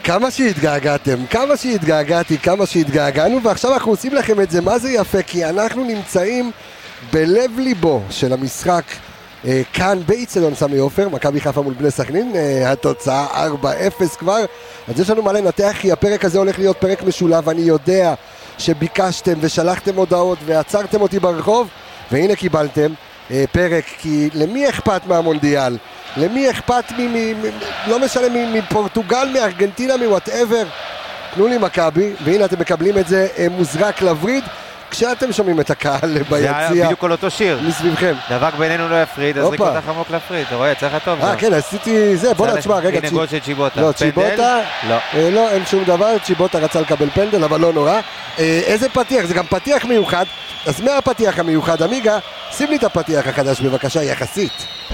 כמה שהתגעגעתי, כמה שהתגעגענו, ועכשיו אנחנו עושים לכם את זה, מה זה יפה, כי אנחנו נמצאים בלב ליבו של המשחק כאן באיצטדיון סמי עופר, מכבי חיפה מול בני סכנין, התוצאה 4-0 כבר, אז יש לנו מה לנתח, כי הפרק הזה הולך להיות פרק משולב, אני יודע שביקשתם ושלחתם הודעות ועצרתם אותי ברחוב, והנה קיבלתם פרק, כי למי אכפת מהמונדיאל? למי אכפת לא משנה מפורטוגל, מארגנטינה, מוואטאבר? תנו לי מכבי, והנה אתם מקבלים את זה מוזרק לווריד, כשאתם שומעים את הקהל ביציע. זה היה בדיוק כל אותו שיר. מסביבכם. דבק בינינו לא יפריד, אז ריק אותך עמוק להפריד. אתה רואה, צריך לטוב. כן, עשיתי זה, בוא נשמע, רגע. הנה גול של צ'יבוטה. לא, צ'יבוטה, לא, אין שום דבר, צ'יבוטה רצה לקבל פנדל, אבל לא נורא. איזה פתיח, זה גם פתיח מיוחד, אז מהפתיח המיוחד, אמיגה, שים לי את הפתיח החדש בבקשה, יחסית.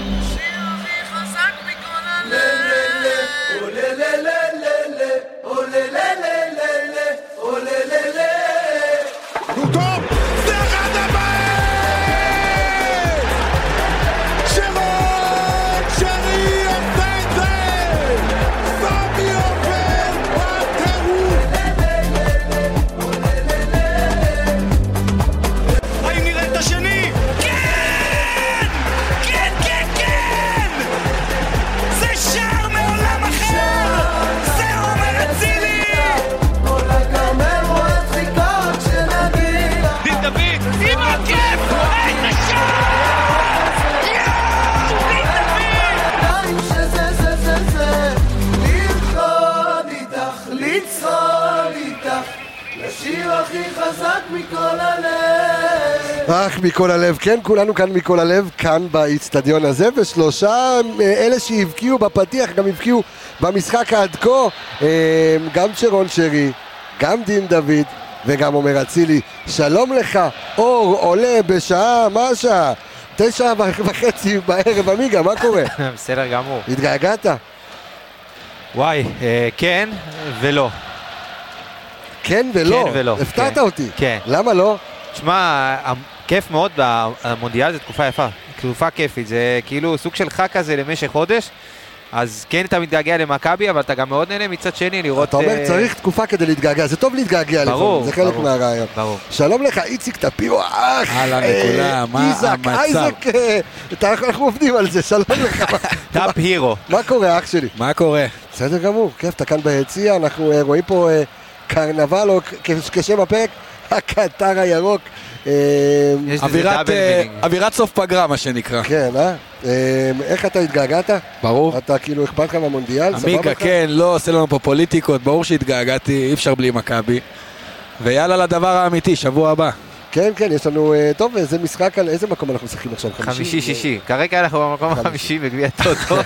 מכל הלב, כן, כולנו כאן מכל הלב, כאן באצטדיון הזה, ושלושה אלה שהבקיעו בפתיח, גם הבקיעו במשחק עד כה, גם שרון שרי, גם דין דוד, וגם עומר אצילי. שלום לך, אור עולה בשעה, מה השעה? 9:30 בערב, אמיגה, מה קורה? בסדר גמור. התגעגעת? וואי, כן ולא. כן ולא? כן ולא. הפתעת אותי. כן. למה לא? תשמע, כיף מאוד, המונדיאל זה תקופה יפה, תקופה כיפית, זה כאילו סוג של חג כזה למשך חודש, אז כן אתה מתגעגע למכבי, אבל אתה גם מאוד נהנה מצד שני לראות... אתה אומר צריך תקופה כדי להתגעגע, זה טוב להתגעגע לפעמים, זה חלק מהרעיון. שלום לך, איציק טפירו, אהלן לכולם, מה המצב? אנחנו עובדים על זה, שלום לך. טפירו. מה קורה אח שלי? מה קורה? בסדר גמור, כיף, אתה כאן ביציע, אנחנו רואים פה קרנבל, או כשם הפרק, הקטר הירוק. אווירת סוף פגרה מה שנקרא. כן, איך אתה התגעגעת? ברור. אתה כאילו אכפת לך מהמונדיאל? עמיקה, כן, לא עושה לנו פה פוליטיקות, ברור שהתגעגעתי, אי אפשר בלי מכבי. ויאללה לדבר האמיתי, שבוע הבא. כן, כן, יש לנו, טוב, זה משחק על איזה מקום אנחנו משחקים עכשיו? חמישי. כרגע אנחנו במקום החמישי בגביע הטוטו.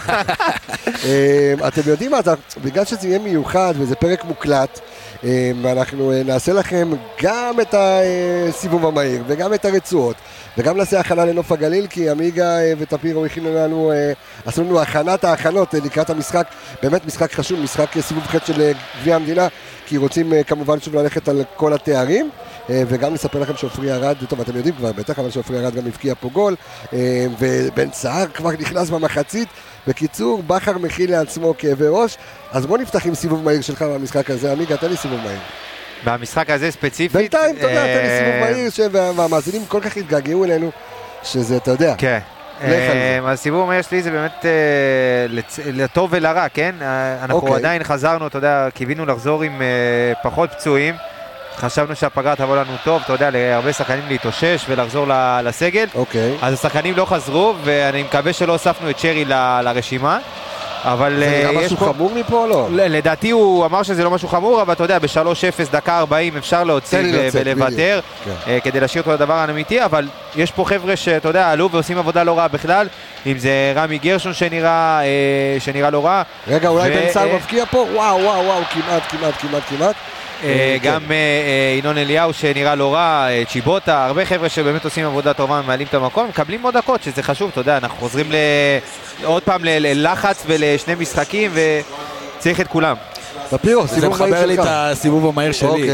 אתם יודעים מה, בגלל שזה יהיה מיוחד וזה פרק מוקלט, ואנחנו נעשה לכם גם את הסיבוב המהיר וגם את הרצועות וגם נעשה הכנה לנוף הגליל, כי אמיגה וטפירו הכינו לנו, עשו לנו הכנת ההכנות לקראת המשחק, באמת משחק חשוב, משחק סיבוב ח' של גביע המדינה, כי רוצים כמובן שוב ללכת על כל התארים, וגם נספר לכם שעופרי ארד, טוב אתם יודעים כבר בטח, אבל שעופרי ארד גם הבקיע פה גול, ובן סער כבר נכנס במחצית. בקיצור, בכר מכיל לעצמו כאבי ראש, אז בוא נפתח עם סיבוב מהיר שלך במשחק הזה. אמיגה, תן לי סיבוב מהיר. במשחק הזה ספציפית? בינתיים, אתה יודע, תן לי סיבוב מהיר, והמאזינים כל כך התגעגעו אלינו, שזה, אתה יודע. כן. הסיבוב המהיר שלי זה באמת לטוב ולרע, כן? אנחנו עדיין חזרנו, אתה יודע, קיווינו לחזור עם פחות פצועים, חשבנו שהפגרה תבוא לנו טוב, אתה יודע, להרבה שחקנים להתאושש ולחזור לסגל. אז השחקנים לא חזרו, ואני מקווה שלא הוספנו את שרי לרשימה. אבל זה נראה משהו חמור מפה או לא? לדעתי הוא אמר שזה לא משהו חמור, אבל אתה יודע, ב-3-0 דקה 40 אפשר להוציא ולוותר, כדי להשאיר אותו לדבר האמיתי, אבל יש פה חבר'ה שאתה יודע, עלו ועושים עבודה לא רעה בכלל, אם זה רמי גרשון שנראה לא רע. רגע, אולי בן סער מבקיע פה? וואו, כמעט. גם ינון אליהו שנראה לא רע, צ'יבוטה, הרבה חבר'ה שבאמת עושים עבודה טובה, מעלים את המקום, מקבלים עוד דקות, שזה חשוב, אתה יודע, אנחנו חוזרים עוד פעם ללחץ ולשני משחקים, וצריך את כולם. טפירו, זה מחבר לי את הסיבוב המהיר שלי,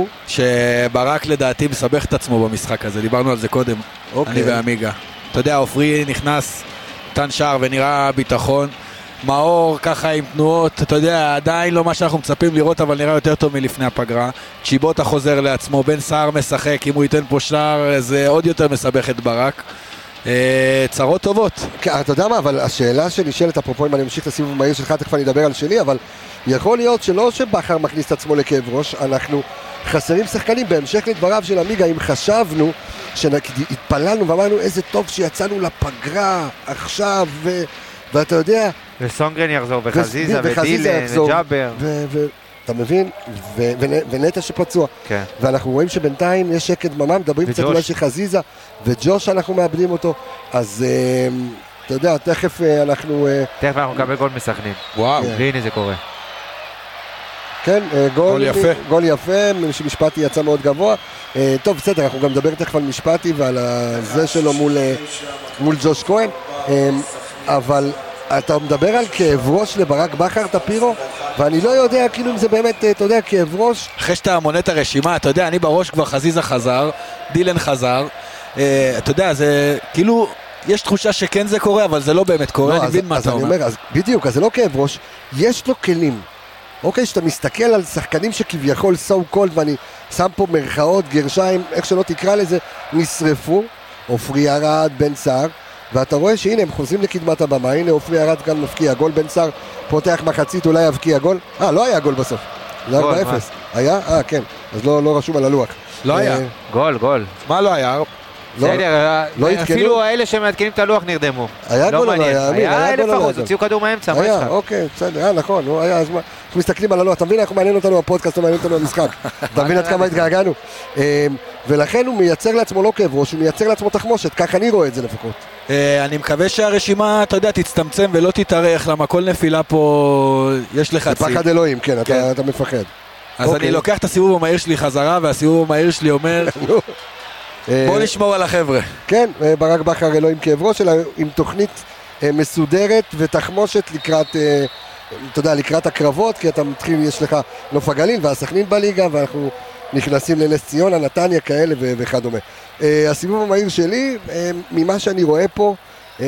שברק לדעתי מסבך את עצמו במשחק הזה, דיברנו על זה קודם, אני ואמיגה. אתה יודע, עופרי נכנס, נתן שער ונראה ביטחון, מאור ככה עם תנועות, אתה יודע, עדיין לא מה שאנחנו מצפים לראות, אבל נראה יותר טוב מלפני הפגרה. צ'יבוטה חוזר לעצמו, בן סער משחק, אם הוא ייתן פה שער, זה עוד יותר מסבך את ברק. צרות טובות. אתה יודע מה, אבל השאלה שנשאלת, אפרופו אם אני ממשיך את הסיבוב המהיר שלך, תכף אני אדבר על שלי, אבל יכול להיות שלא שבחר מכניס את עצמו לכאב ראש, אנחנו חסרים שחקנים. בהמשך לדבריו של עמיגה, אם חשבנו, שהתפללנו ואמרנו איזה טוב שיצאנו לפגרה עכשיו, ואתה יודע... וסונגרן יחזור, וחזיזה, ודילן, וג'אבר. אתה מבין? ונטע שפצוע. כן. ואנחנו רואים שבינתיים יש שקט דממה, מדברים קצת אולי שחזיזה, וג'וש אנחנו מאבדים אותו. אז אתה יודע, תכף אנחנו נקבל גול מסכנין. וואו. והנה זה קורה. כן, גול יפה, משפטי יצא מאוד גבוה. טוב, בסדר, אנחנו גם נדבר תכף על משפטי ועל זה שלו מול ג'וש כהן. אבל אתה מדבר על כאב ראש לברק בכר, טפירו, ואני לא יודע כאילו אם זה באמת, אתה יודע, כאב ראש. אחרי שאתה מונה את הרשימה, אתה יודע, אני בראש כבר חזיזה חזר, דילן חזר, אתה יודע, זה כאילו, יש תחושה שכן זה קורה, אבל זה לא באמת קורה, אני מבין מה אתה אומר. בדיוק, אז זה לא כאב ראש, יש לו כלים. אוקיי, שאתה מסתכל על שחקנים שכביכול so called, ואני שם פה מרכאות, גרשיים, איך שלא תקרא לזה, נשרפו, עופרי ארד, בן סער, ואתה רואה שהנה הם חוזרים לקדמת הבמה, הנה עופרי ארד כאן מפקיע גול, בן סער פותח מחצית, אולי יבקיע גול, לא היה גול בסוף, זה 4-0, היה? כן, אז לא רשום על הלוח. לא היה. גול. מה לא היה? אפילו האלה שמעדכנים את הלוח נרדמו. היה גול או לא היה? היה לפחות, הוציאו כדור מהאמצע. היה, אוקיי, בסדר, נכון, היה, אז אנחנו מסתכלים על הלוח, אתה מבין, אנחנו מעניין אותנו הפודקאסט, לא מעניין אותנו המשחק, אתה מבין עד כמה התגעגענו, ולכן הוא מייצר לעצמו לא כאב ראש, הוא מייצר לעצמו תחמושת, כך אני רואה את זה לפחות. אני מקווה שהרשימה, אתה יודע, תצטמצם ולא תתארך, למה כל נפילה פה יש לך זה פחד אלוהים, כן, אתה מפחד. אז אני לוקח את הסיבוב המהיר שלי חזרה, והסיבוב המהיר שלי אומר בוא נשמור על החבר'ה. כן, ברק בכר אלוהים כאב ראש, אלא עם תוכנית מסודרת ותחמושת לקראת, אתה יודע, לקראת הקרבות, כי אתה מתחיל, יש לך נוף הגליל והסכנין בליגה, ואנחנו נכנסים לנס ציונה, נתניה כאלה וכדומה. הסיבוב המהיר שלי, ממה שאני רואה פה, אתה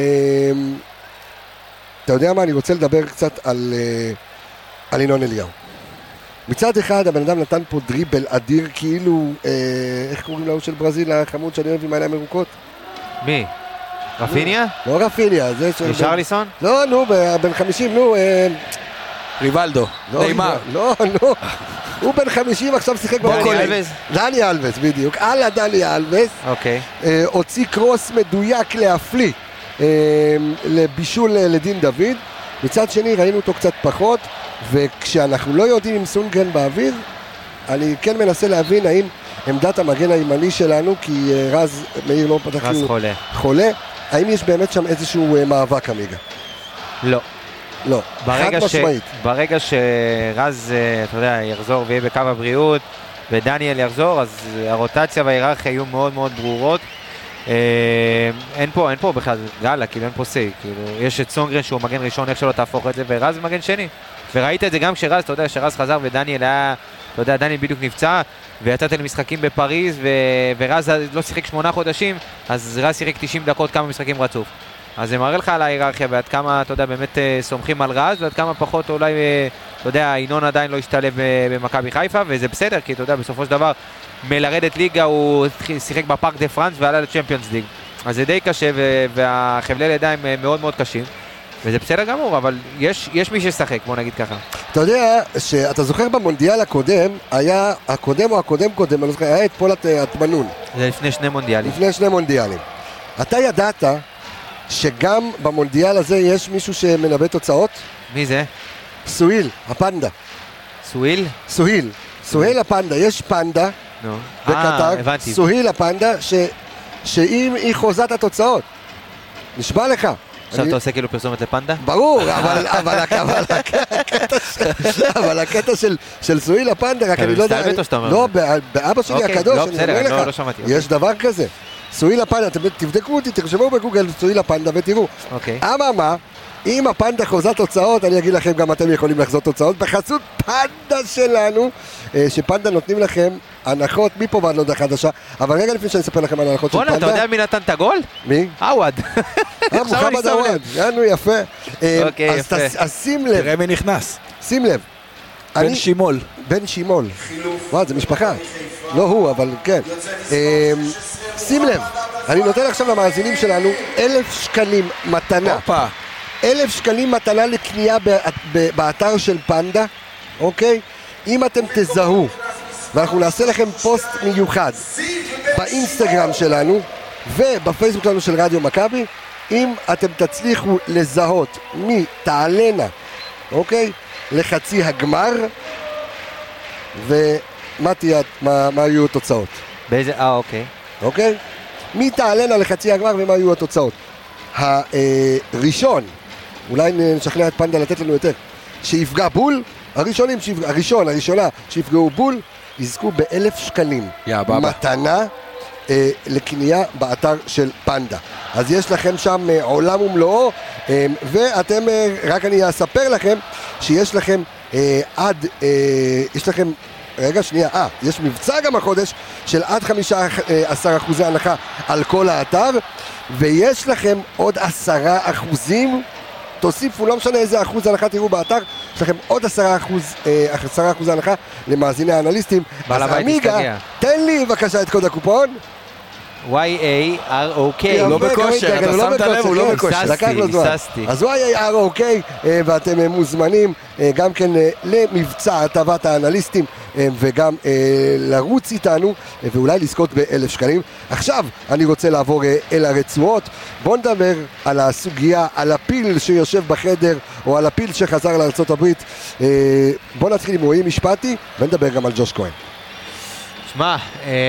יודע מה, אני רוצה לדבר קצת על ינון אליהו. מצד אחד, הבן אדם נתן פה דריבל אדיר, כאילו, איך קוראים לו של ברזיל, החמוד שאני אוהב עם העיניים ירוקות? מי? רפיניה? לא רפיניה, זה של... רישרליסון? לא, נו, בן 50, נו... ריבלדו, נאמר. לא, הוא בן 50, עכשיו שיחק דני אלבס? דני אלבס, בדיוק. הלאה דני אלבס. אוקיי. הוציא קרוס מדויק להפליא לבישול לדין דוד. מצד שני, ראינו אותו קצת פחות, וכשאנחנו לא יודעים אם סונגרן באוויר, אני כן מנסה להבין האם עמדת המגן הימני שלנו, כי רז מאיר לא פתח רז חולה, האם יש באמת שם איזשהו מאבק עמיגה? לא, חד משמעית. ברגע שרז, אתה יודע, יחזור ויהיה בקו הבריאות, ודניאל יחזור, אז הרוטציה וההיררכיה יהיו מאוד מאוד ברורות. אין פה בכלל גאלה, כאילו אין פה סי, כאילו יש את סונגרן שהוא מגן ראשון, איך שלא תהפוך את זה, ורז מגן שני, וראית את זה גם כשרז, אתה יודע, שרז חזר ודניאל היה, אתה יודע, דניאל בדיוק נפצע, ויצאת למשחקים בפריז, ורז לא שיחק 8 חודשים, אז רז שיחק 90 דקות כמה משחקים רצוף. אז זה מראה לך על ההיררכיה, ועד כמה, אתה יודע, באמת סומכים על רז, ועד כמה פחות אולי, אתה יודע, ינון עדיין לא השתלב במכבי חיפה, וזה בסדר, כי אתה יודע, בסופו של דבר, מלרדת ליגה, הוא שיחק בפארק דה פרנס ועלה לצ'מפיונס ליג. אז זה די קשה, והחבלי לידיים מאוד מאוד קשים, וזה בסדר גמור, אבל יש מי ששחק, בוא נגיד ככה. אתה יודע, שאתה זוכר במונדיאל הקודם, היה, הקודם או הקודם, אני לא זוכר, היה את פולת הטמנון. זה לפני 2 מונדיאלים. לפני 2 מונדיאלים. אתה ידעת שגם במונדיאל הזה יש מישהו שמנבא תוצאות? מי זה? סוהיל, הפנדה. סוהיל הפנדה, יש פנדה בקטר, סוהיל הפנדה, שאם היא חוזה את התוצאות, נשמע לך. עכשיו אתה עושה כאילו פרסומת לפנדה? ברור, אבל הקטע של סוהיל הפנדה, רק אני לא יודע, לא, באבא שלי הקדוש, אני אומר לך, יש דבר כזה. סוהיל הפנדה, תבדקו אותי, תרשמו בגוגל סוהיל הפנדה ותראו. מה? אם הפנדה חוזה תוצאות, אני אגיד לכם גם אתם יכולים לחזות תוצאות בחסות פנדה שלנו, שפנדה נותנים לכם הנחות מפה ועד להודעה חדשה, אבל רגע לפני שאני אספר לכם על הנחות של פנדה. בונה, אתה יודע מי נתן את הגול? מי? עווד. מוחמד עווד, יענו יפה. אוקיי, יפה. אז שים לב. תראה מי נכנס. שים לב. בן שימול. בן שימול. וואו, זה משפחה. לא הוא, אבל כן. שים לב, אני נותן עכשיו למאזינים שלנו 1,000 שקלים מתנה. 1,000 שקלים מתנה לקנייה באתר של פנדה, אוקיי? אם אתם תזהו, ואנחנו נעשה לכם פוסט מיוחד באינסטגרם שלנו ובפייסבוק שלנו של רדיו מכבי, אם אתם תצליחו לזהות מי תעלנה, אוקיי? לחצי הגמר, ומה יהיו התוצאות. באיזה, אוקיי. אוקיי? מי תעלנה לחצי הגמר ומה יהיו התוצאות. הראשון, אולי נשכנע את פנדה לתת לנו יותר, שיפגע בול, הראשונה שיפגעו בול, יזכו ב1,000 שקלים. מתנה לקנייה באתר של פנדה. אז יש לכם שם עולם ומלואו, ואתם, רק אני אספר לכם, שיש לכם יש לכם, רגע שנייה, יש מבצע גם החודש של עד 15% הנחה על כל האתר, ויש לכם עוד 10%, תוסיפו, לא משנה איזה אחוז הנחה תראו באתר, יש לכם עוד 10% הנחה למאזיני האנליסטים. אז עמיגה, תן לי בבקשה את קוד הקופון. YAROK. לא בכושר, אתה שמת לב, הוא לא בכושר. ססתי. אז YAROK, ואתם מוזמנים גם כן למבצע הטבת האנליסטים, וגם לרוץ איתנו, ואולי לזכות ב1,000 שקלים. עכשיו אני רוצה לעבור אל הרצועות. בוא נדבר על הסוגיה, על הפיל שיושב בחדר, או על הפיל שחזר לארצות הברית. בוא נתחיל עם רועי משפטי, ונדבר גם על ג'וש כהן. שמע,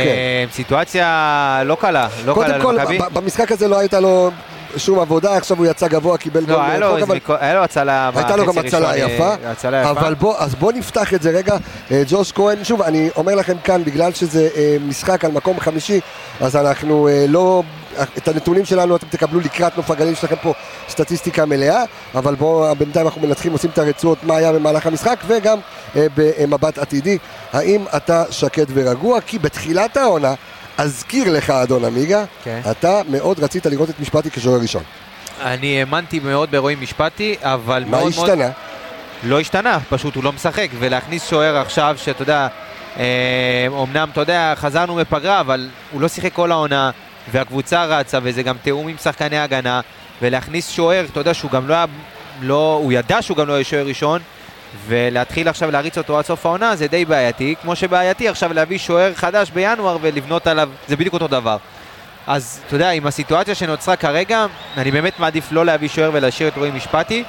סיטואציה לא קלה, קודם כל, במשחק הזה לא הייתה לו שום עבודה, עכשיו הוא יצא גבוה, קיבל גול. היה לו הצלה, הייתה לו גם הצלה יפה, אבל בוא נפתח את זה רגע. ג'וש כהן, שוב, אני אומר לכם כאן, בגלל שזה משחק על מקום חמישי, אז אנחנו לא, את הנתונים שלנו אתם תקבלו לקראת נוף הגליל, יש לכם פה סטטיסטיקה מלאה, אבל בואו, בינתיים אנחנו מנתחים, עושים את הרצועות, מה היה במהלך המשחק, וגם במבט עתידי, האם אתה שקט ורגוע, כי בתחילת העונה, אזכיר לך אדון עמיגה, אתה מאוד רצית לראות את משפטי כשוער ראשון. אני האמנתי מאוד ברועי משפטי, אבל מה השתנה? לא השתנה, פשוט הוא לא משחק, ולהכניס שוער עכשיו שאתה יודע, אמנם אתה יודע, חזרנו מפגרה, אבל הוא לא שיחק כל העונה, והקבוצה רצה, וזה גם תאום עם שחקני הגנה, ולהכניס שוער, אתה יודע שהוא גם הוא ידע שהוא גם לא יהיה שוער ראשון, ולהתחיל עכשיו להריץ אותו עד סוף העונה זה די בעייתי, כמו שבעייתי עכשיו להביא שוער חדש בינואר ולבנות עליו, זה בדיוק אותו דבר. אז אתה יודע, עם הסיטואציה שנוצרה כרגע, אני באמת מעדיף לא להביא שוער ולהשאיר את רועי משפטי,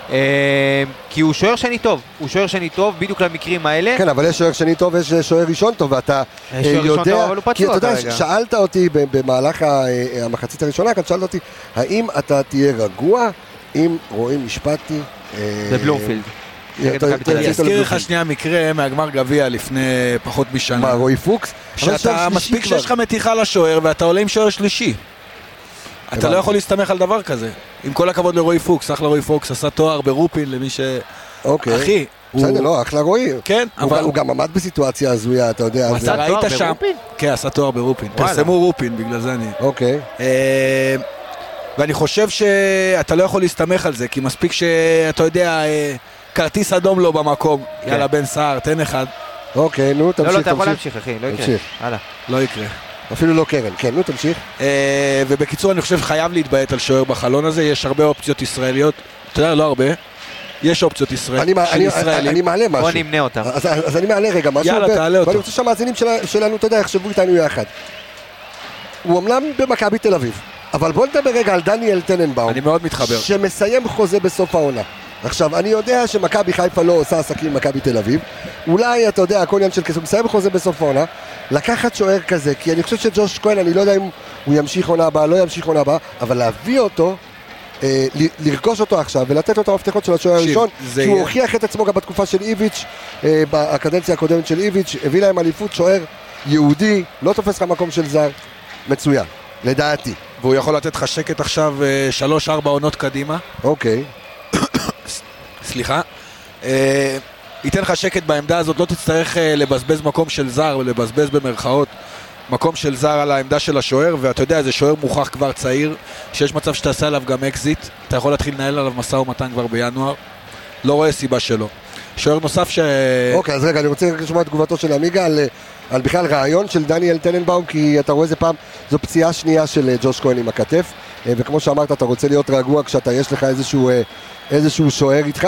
כי הוא שוער שני טוב, הוא שוער שני טוב בדיוק למקרים האלה. כן, אבל יש שוער שני טוב ויש שוער ראשון טוב, ואתה יודע, כי אתה יודע, שאלת אותי במהלך המחצית הראשונה, כאן שאלת אותי, האם אתה תהיה רגוע עם רועי משפטי בבלומפילד? אני אזכיר לך שנייה מקרה מהגמר גביע לפני פחות משנה. מה, רועי פוקס? שאתה מספיק שיש לך מתיחה לשוער ואתה עולה עם שוער שלישי. אתה לא יכול להסתמך על דבר כזה. עם כל הכבוד לרועי פוקס, אחלה רועי פוקס, עשה תואר ברופין למי ש... אחי, בסדר, לא, אחלה רועי. כן, אבל הוא גם עמד בסיטואציה הזויה, אתה יודע. עשה תואר ברופין? כן, עשה תואר ברופין. פרסמו רופין, בגלל זה אני... אוקיי. ואני חושב שאתה לא יכול להסתמך על זה, כי מספיק שאתה יודע... כרטיס אדום לא במקום, יאללה בן סער, תן אחד. אוקיי, נו, תמשיך. לא, אתה יכול להמשיך, אחי, לא יקרה. לא יקרה. אפילו לא קרן, כן, נו, תמשיך. ובקיצור, אני חושב חייב להתבעט על שוער בחלון הזה, יש הרבה אופציות ישראליות, אתה יודע, לא הרבה, יש אופציות ישראליות. אני מעלה משהו. בוא נמנה אותם. אז אני מעלה רגע משהו. יאללה, תעלה אותו. ואני רוצה שהמאזינים שלנו, אתה יודע, יחשבו איתנו יחד. הוא אמנם במכבי תל אביב, אבל בוא נדבר רגע על דניאל טננבאום. אני מאוד מתחבר. שמסיים חוזה בסוף העונה. עכשיו, אני יודע שמכבי חיפה לא עושה עסקים עם מכבי תל אביב, אולי, אתה יודע, הכל עניין של כסף, מסיים חוזה בסוף העונה, לקחת שוער כזה, כי אני חושב שג'וש כהן, אני לא יודע אם הוא ימשיך עונה הבאה, לא ימשיך עונה הבאה, אבל להביא אותו, לרכוש אותו עכשיו, ולתת לו את המפתחות של השוער הראשון, כי הוא הוכיח את עצמו גם בתקופה של איביץ', בקדנציה הקודמת של איביץ', הביא להם אליפות, שוער יהודי, לא תופס לך מקום של זר, מצוין, לדעתי. והוא יכול לתת לך שקט עכשיו 3-4 עונות קדימה. אוקיי. סליחה. ייתן לך שקט בעמדה הזאת, לא תצטרך לבזבז מקום של זר, לבזבז במרכאות מקום של זר על העמדה של השוער, ואתה יודע, זה שוער מוכח כבר צעיר, שיש מצב שתעשה עליו גם אקזיט, אתה יכול להתחיל לנהל עליו משא ומתן כבר בינואר, לא רואה סיבה שלא. שוער נוסף אוקיי, אז רגע, אני רוצה לשמוע את תגובתו של עמיגה על בכלל רעיון של דניאל טננבאום, כי אתה רואה איזה פעם, זו פציעה שנייה של ג'וש כהן עם הכתף, וכמו שאמרת, אתה רוצה להיות רגוע כשאתה יש לך איזשהו שוער איתך,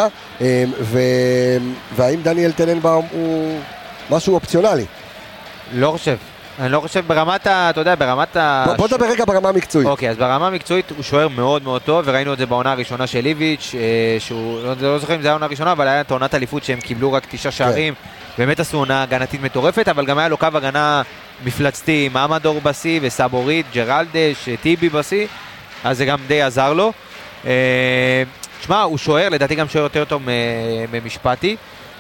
והאם דניאל טננבאום הוא משהו אופציונלי? לא חושב. אני לא חושב ברמת אתה יודע, ברמת בוא נדבר רגע ברמה המקצועית. אוקיי, אז ברמה המקצועית הוא שוער מאוד מאוד טוב, וראינו את זה בעונה הראשונה של ליביץ', שהוא, לא זוכר אם זה היה העונה הראשונה, אבל היה את עונת אליפות שהם קיבלו רק 9 שערים, באמת עשו עונה הגנתית מטורפת, אבל גם היה לו קו הגנה מפלצתי, מעמדור בסי וסבורית, ג'רלדש, טיבי בסי, אז זה גם די עזר לו. תשמע, הוא שוער, לדעתי גם שוער יותר טוב ממשפטי,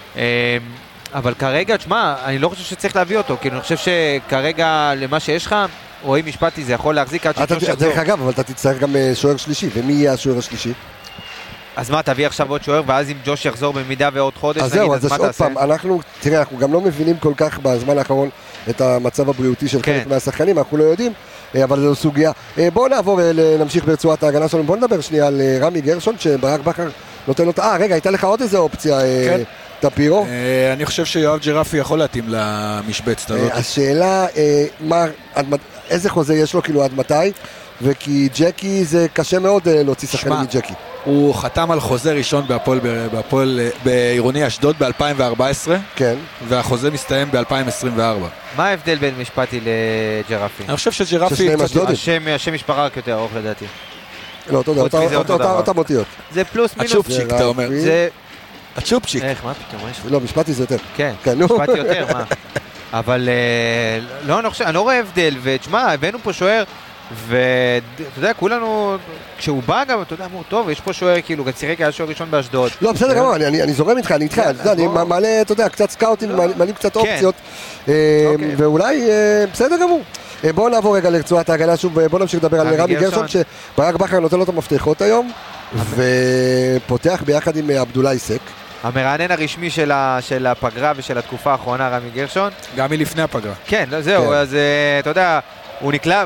אבל כרגע, תשמע, אני לא חושב שצריך להביא אותו, כי אני חושב שכרגע למה שיש לך, רואים משפטי, זה יכול להחזיק עד שג'וש יחזור. דרך אגב, אבל אתה תצטרך גם שוער שלישי, ומי יהיה השוער השלישי? אז מה, תביא עכשיו עוד שוער, ואז אם ג'וש יחזור במידה ועוד חודש, אז זהו, אז עוד פעם, אנחנו גם לא מבינים כל כך בזמן האחרון את המצב הבריאותי של חלק מהשחקנים, אנחנו לא יודעים, אבל זו סוגיה. בואו נעבור, נמשיך ברצועת ההגנה שלנו, בואו נדבר שנייה על רמי גרשון, שברק בכר נותן לו... רגע, הייתה לך עוד איזה אופציה, טפירו? אני חושב שיואב ג'רפי יכול להתאים למשבצת הזאת. השאלה, איזה חוזה יש לו, כאילו עד מתי? וכי ג'קי זה קשה מאוד להוציא שחקנים מג'קי. הוא חתם על חוזה ראשון בעירוני אשדוד ב-2014, כן. והחוזה מסתיים ב-2024. מה ההבדל בין משפטי לג'רפי? אני חושב שג'רפי... השם משפחה רק יותר ארוך לדעתי. לא, אותה מותיות. זה פלוס מינוס. הצ'ופצ'יק, אתה אומר. זה... הצ'ופצ'יק. איך, מה פתאום? לא, משפטי זה יותר. כן, משפטי יותר, מה? אבל לא, אני לא רואה הבדל, ותשמע, הבאנו פה שוער, ואתה יודע, כולנו, כשהוא בא גם, אתה יודע, אמרו, טוב, יש פה שוער, כאילו, גם צירק היה שוער ראשון באשדוד. לא, בסדר, גם אני זורם איתך, אני איתך, אני מעלה, אתה יודע, קצת סקאוטים, מעלים קצת אופציות, ואולי, בסדר גמור. בואו נעבור רגע לרצועת ההגנה שוב, בואו נמשיך לדבר על רמי גרשון, שברק בכר נותן לו את המפתחות היום, ופותח ביחד עם עבדולאי סק. המרענן הרשמי של הפגרה ושל התקופה האחרונה, רמי גרשון. גם מלפני הפגרה. כן, זהו, אז אתה יודע, הוא נקלע,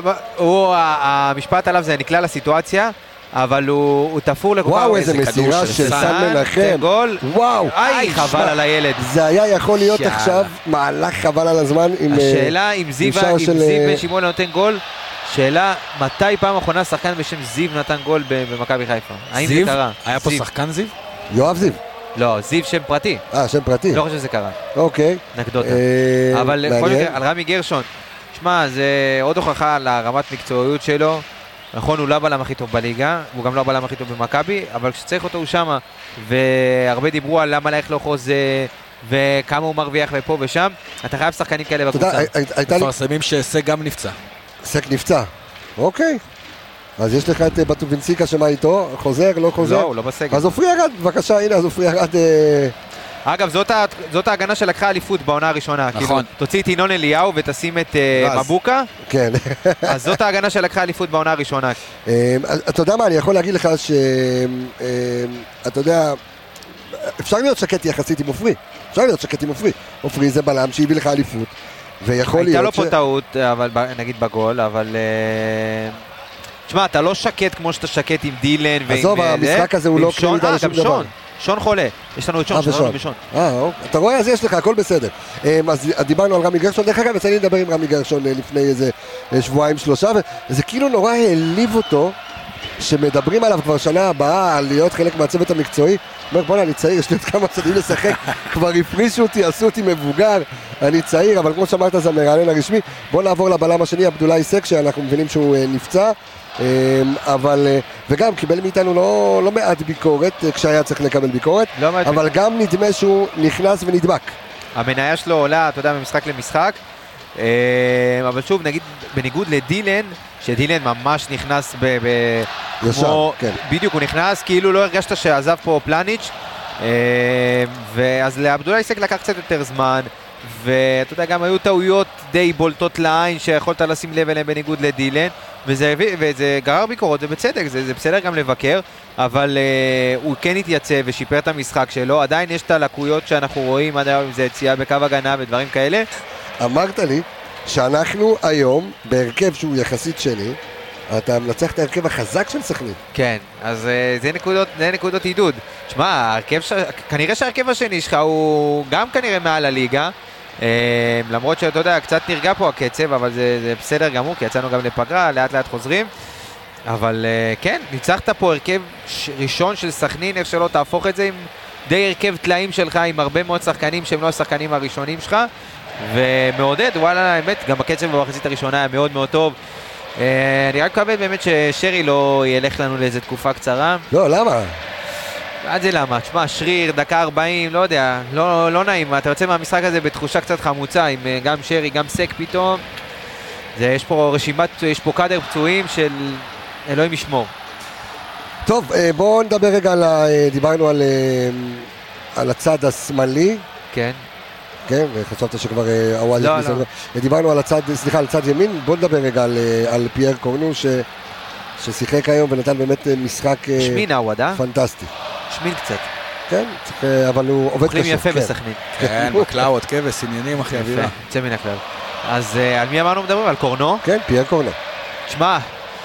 המשפט עליו זה נקלע לסיטואציה, אבל הוא תפור לקופה. וואו, איזה מסירה של סן מנחם. גול. וואו. חבל על הילד. זה היה יכול להיות עכשיו מהלך חבל על הזמן. השאלה אם זיו בן שמעון נותן גול, שאלה מתי פעם אחרונה שחקן בשם זיו נתן גול במכבי חיפה? האם זה קרה? היה פה שחקן זיו? יואב זיו. לא, זיו שם פרטי. שם פרטי. לא חושב שזה קרה. אוקיי. נקדוטה. אבל בכל מקרה, על רמי גרשון, שמע, זה עוד הוכחה על הרמת מקצועיות שלו. נכון, הוא לא הבלם הכי טוב בליגה, הוא גם לא הבלם הכי טוב במכבי, אבל כשצריך אותו הוא שמה, והרבה דיברו על למה ללכת לו חוזה, וכמה הוא מרוויח לפה ושם, אתה חייב שחקנים כאלה בקבוצה. מפרסמים שסק גם נפצע. סק נפצע, אוקיי. אז יש לך את בטובינציקה שמה איתו, חוזר, לא חוזר? לא, הוא לא בסגל. אז אופרי ירד, בבקשה, הנה, אז אופרי ירד. אגב, זאת ההגנה שלקחה אליפות בעונה הראשונה. נכון. כאילו, תוציא את ינון אליהו ותשים את מבוקה. כן. אז זאת ההגנה שלקחה אליפות בעונה הראשונה. אתה יודע מה, אני יכול להגיד לך אתה יודע, אפשר להיות שקט יחסית עם אופרי. אפשר להיות שקט עם אופרי. אופרי זה בלם שהביא לך אליפות. ויכול להיות הייתה לו פה טעות, נגיד בגול, אבל... תשמע, אתה לא שקט כמו שאתה שקט עם דילן ועם... עזוב, המשחק הזה הוא לא קלידה לשום דבר. שון חולה, יש לנו את שון, שלנו ושון. אתה רואה, אז יש לך, הכל בסדר. אז דיברנו על רמי גרשון, דרך אגב, יצא לי לדבר עם רמי גרשון לפני איזה שבועיים שלושה, וזה כאילו נורא העליב אותו, שמדברים עליו כבר שנה הבאה, על להיות חלק מהצוות המקצועי. אומר, בוא'נה, אני צעיר, יש לי עוד כמה שנים לשחק, כבר הפרישו אותי, עשו אותי מבוגר, אני צעיר, אבל כמו שאמרת, זה המרענן הרשמי. בואו נעבור לבלם השני, עבדולאי סק, שאנחנו מבינים שהוא נפצע. אבל, וגם קיבל מאיתנו לא מעט ביקורת כשהיה צריך לקבל ביקורת, אבל גם נדמה שהוא נכנס ונדבק. המניה שלו עולה, אתה יודע, ממשחק למשחק, אבל שוב, נגיד, בניגוד לדילן, שדילן ממש נכנס ישר, כן. בדיוק, הוא נכנס, כאילו לא הרגשת שעזב פה פלניץ', ואז לעבדולאי סק לקח קצת יותר זמן, ואתה יודע, גם היו טעויות די בולטות לעין שיכולת לשים לב אליהם בניגוד לדילן, וזה גרר ביקורות, זה בצדק, זה בסדר גם לבקר, אבל הוא כן התייצב ושיפר את המשחק שלו, עדיין יש את הלקויות שאנחנו רואים עד היום, אם זה יציאה בקו הגנה ודברים כאלה. אמרת לי שאנחנו היום, בהרכב שהוא יחסית שני, אתה מנצח את ההרכב החזק של סכנין. כן, אז זה נקודות עידוד. תשמע, כנראה שההרכב השני שלך הוא גם כנראה מעל הליגה, למרות שאתה יודע, קצת נרגע פה הקצב, אבל זה בסדר גמור, כי יצאנו גם לפגרה, לאט לאט חוזרים. אבל כן, ניצחת פה הרכב ראשון של סכנין, איך שלא תהפוך את זה עם די הרכב תלאים שלך, עם הרבה מאוד שחקנים שהם לא השחקנים הראשונים שלך, ומעודד, וואלה, האמת, גם הקצב במחצית הראשונה היה מאוד מאוד טוב. אני רק מקווה באמת ששרי לא ילך לנו לאיזה תקופה קצרה. לא, למה? עד זה למה? תשמע, שריר, דקה 40, לא יודע, לא נעים. אתה יוצא מהמשחק הזה בתחושה קצת חמוצה, עם גם שרי, גם סק פתאום. יש פה רשימת, יש פה קאדר פצועים של אלוהים ישמור. טוב, בואו נדבר רגע דיברנו על הצד השמאלי. כן. כן, וחשבת שכבר אוהד לא. דיברנו על צד ימין. בואו נדבר רגע על פייר קורנו ששיחק היום ונתן באמת משחק שמין אוהד, פנטסטי. שמין קצת. כן, אבל הוא עובד קשה. אוכלים יפה בסכנין. כן, מקלאות, כבש, עניינים אחי אווירה. יוצא מן הכלל. אז על מי אמרנו מדברים? על קורנו? כן, פייר קורנו. שמע,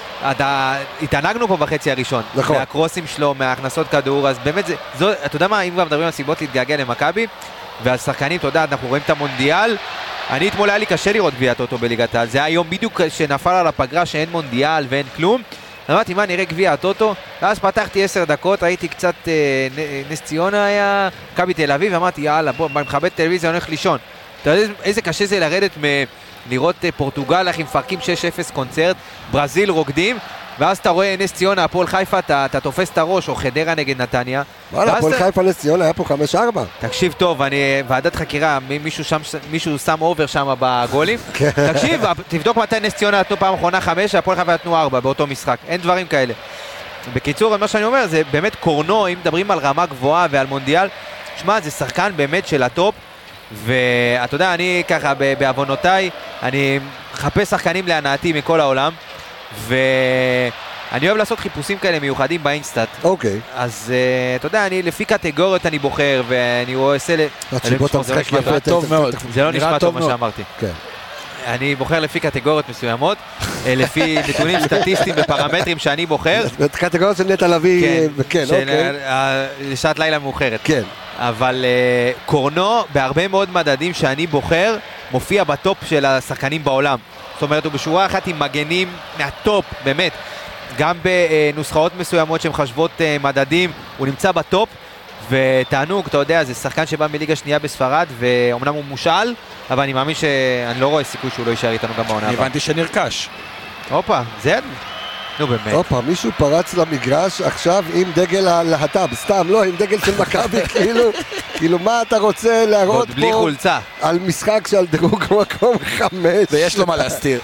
התענגנו פה בחצי הראשון. נכון. מהקרוסים שלו, מההכנסות כדור, אז באמת אתה יודע מה, אם כבר מדברים על סיבות להתגעגע למכבי, ועל שחקנים, אתה יודע, אנחנו רואים את המונדיאל, אני אתמול היה לי קשה לראות גביע הטוטו בליגת העל, זה היה היום בדיוק שנפל על הפגרה שאין מונדיאל ואין כלום, אמרתי מה נראה גביע הטוטו, ואז פתחתי 10 דקות, ראיתי קצת נס ציונה היה, מכבי תל אביב, אמרתי יאללה בוא, מכבד טלוויזיה, אני הולך לישון. אתה יודע איזה קשה זה לרדת לראות פורטוגל, איך הם מפרקים 6-0 קונצרט, ברזיל רוקדים, ואז אתה רואה נס ציונה, הפועל חיפה, אתה תופס את הראש, או חדרה נגד נתניה. וואלה, הפועל חיפה נס ציונה היה פה 5-4. תקשיב טוב, ועדת חקירה, מישהו שם אובר שם בגולים. תקשיב, תבדוק מתי נס ציונה נתנו פעם אחרונה 5, הפועל חיפה נתנו 4 באותו משחק. אין דברים כאלה. בקיצור, מה שאני אומר, זה באמת קורנו, אם מדברים על רמה גבוהה ועל מונדיאל, שמע, זה שחקן באמת של הטופ, ואתה יודע, אני ככה, בעוונותיי, אני מחפש שחקנים להנאתי מכל העולם, ואני אוהב לעשות חיפושים כאלה מיוחדים באינסטאט. אוקיי. אז אתה יודע, אני לפי קטגוריות אני בוחר, ואני עושה זה לא נשמע טוב מה שאמרתי. כן. אני בוחר לפי קטגוריות מסוימות, לפי נתונים סטטיסטיים ופרמטרים שאני בוחר. קטגוריות של נטע לביא, כן, אוקיי. לשעת לילה מאוחרת. כן. אבל קורנו, בהרבה מאוד מדדים שאני בוחר, מופיע בטופ של השחקנים בעולם. זאת אומרת, הוא בשורה אחת עם מגנים מהטופ, באמת. גם בנוסחאות מסוימות שהן חשבות מדדים, הוא נמצא בטופ, ותענוג, אתה יודע, זה שחקן שבא מליגה שנייה בספרד, ואומנם הוא מושאל, אבל אני מאמין שאני לא רואה סיכוי שהוא לא יישאר איתנו גם בעונה הבאה. הבנתי שנרכש. הופה, זה... נו באמת. הופה, מישהו פרץ למגרש עכשיו עם דגל הלהט"ב, סתם, לא, עם דגל של מכבי, כאילו מה אתה רוצה להראות פה? בלי חולצה. על משחק שעל דירוג מקום 5. ויש לו מה להסתיר.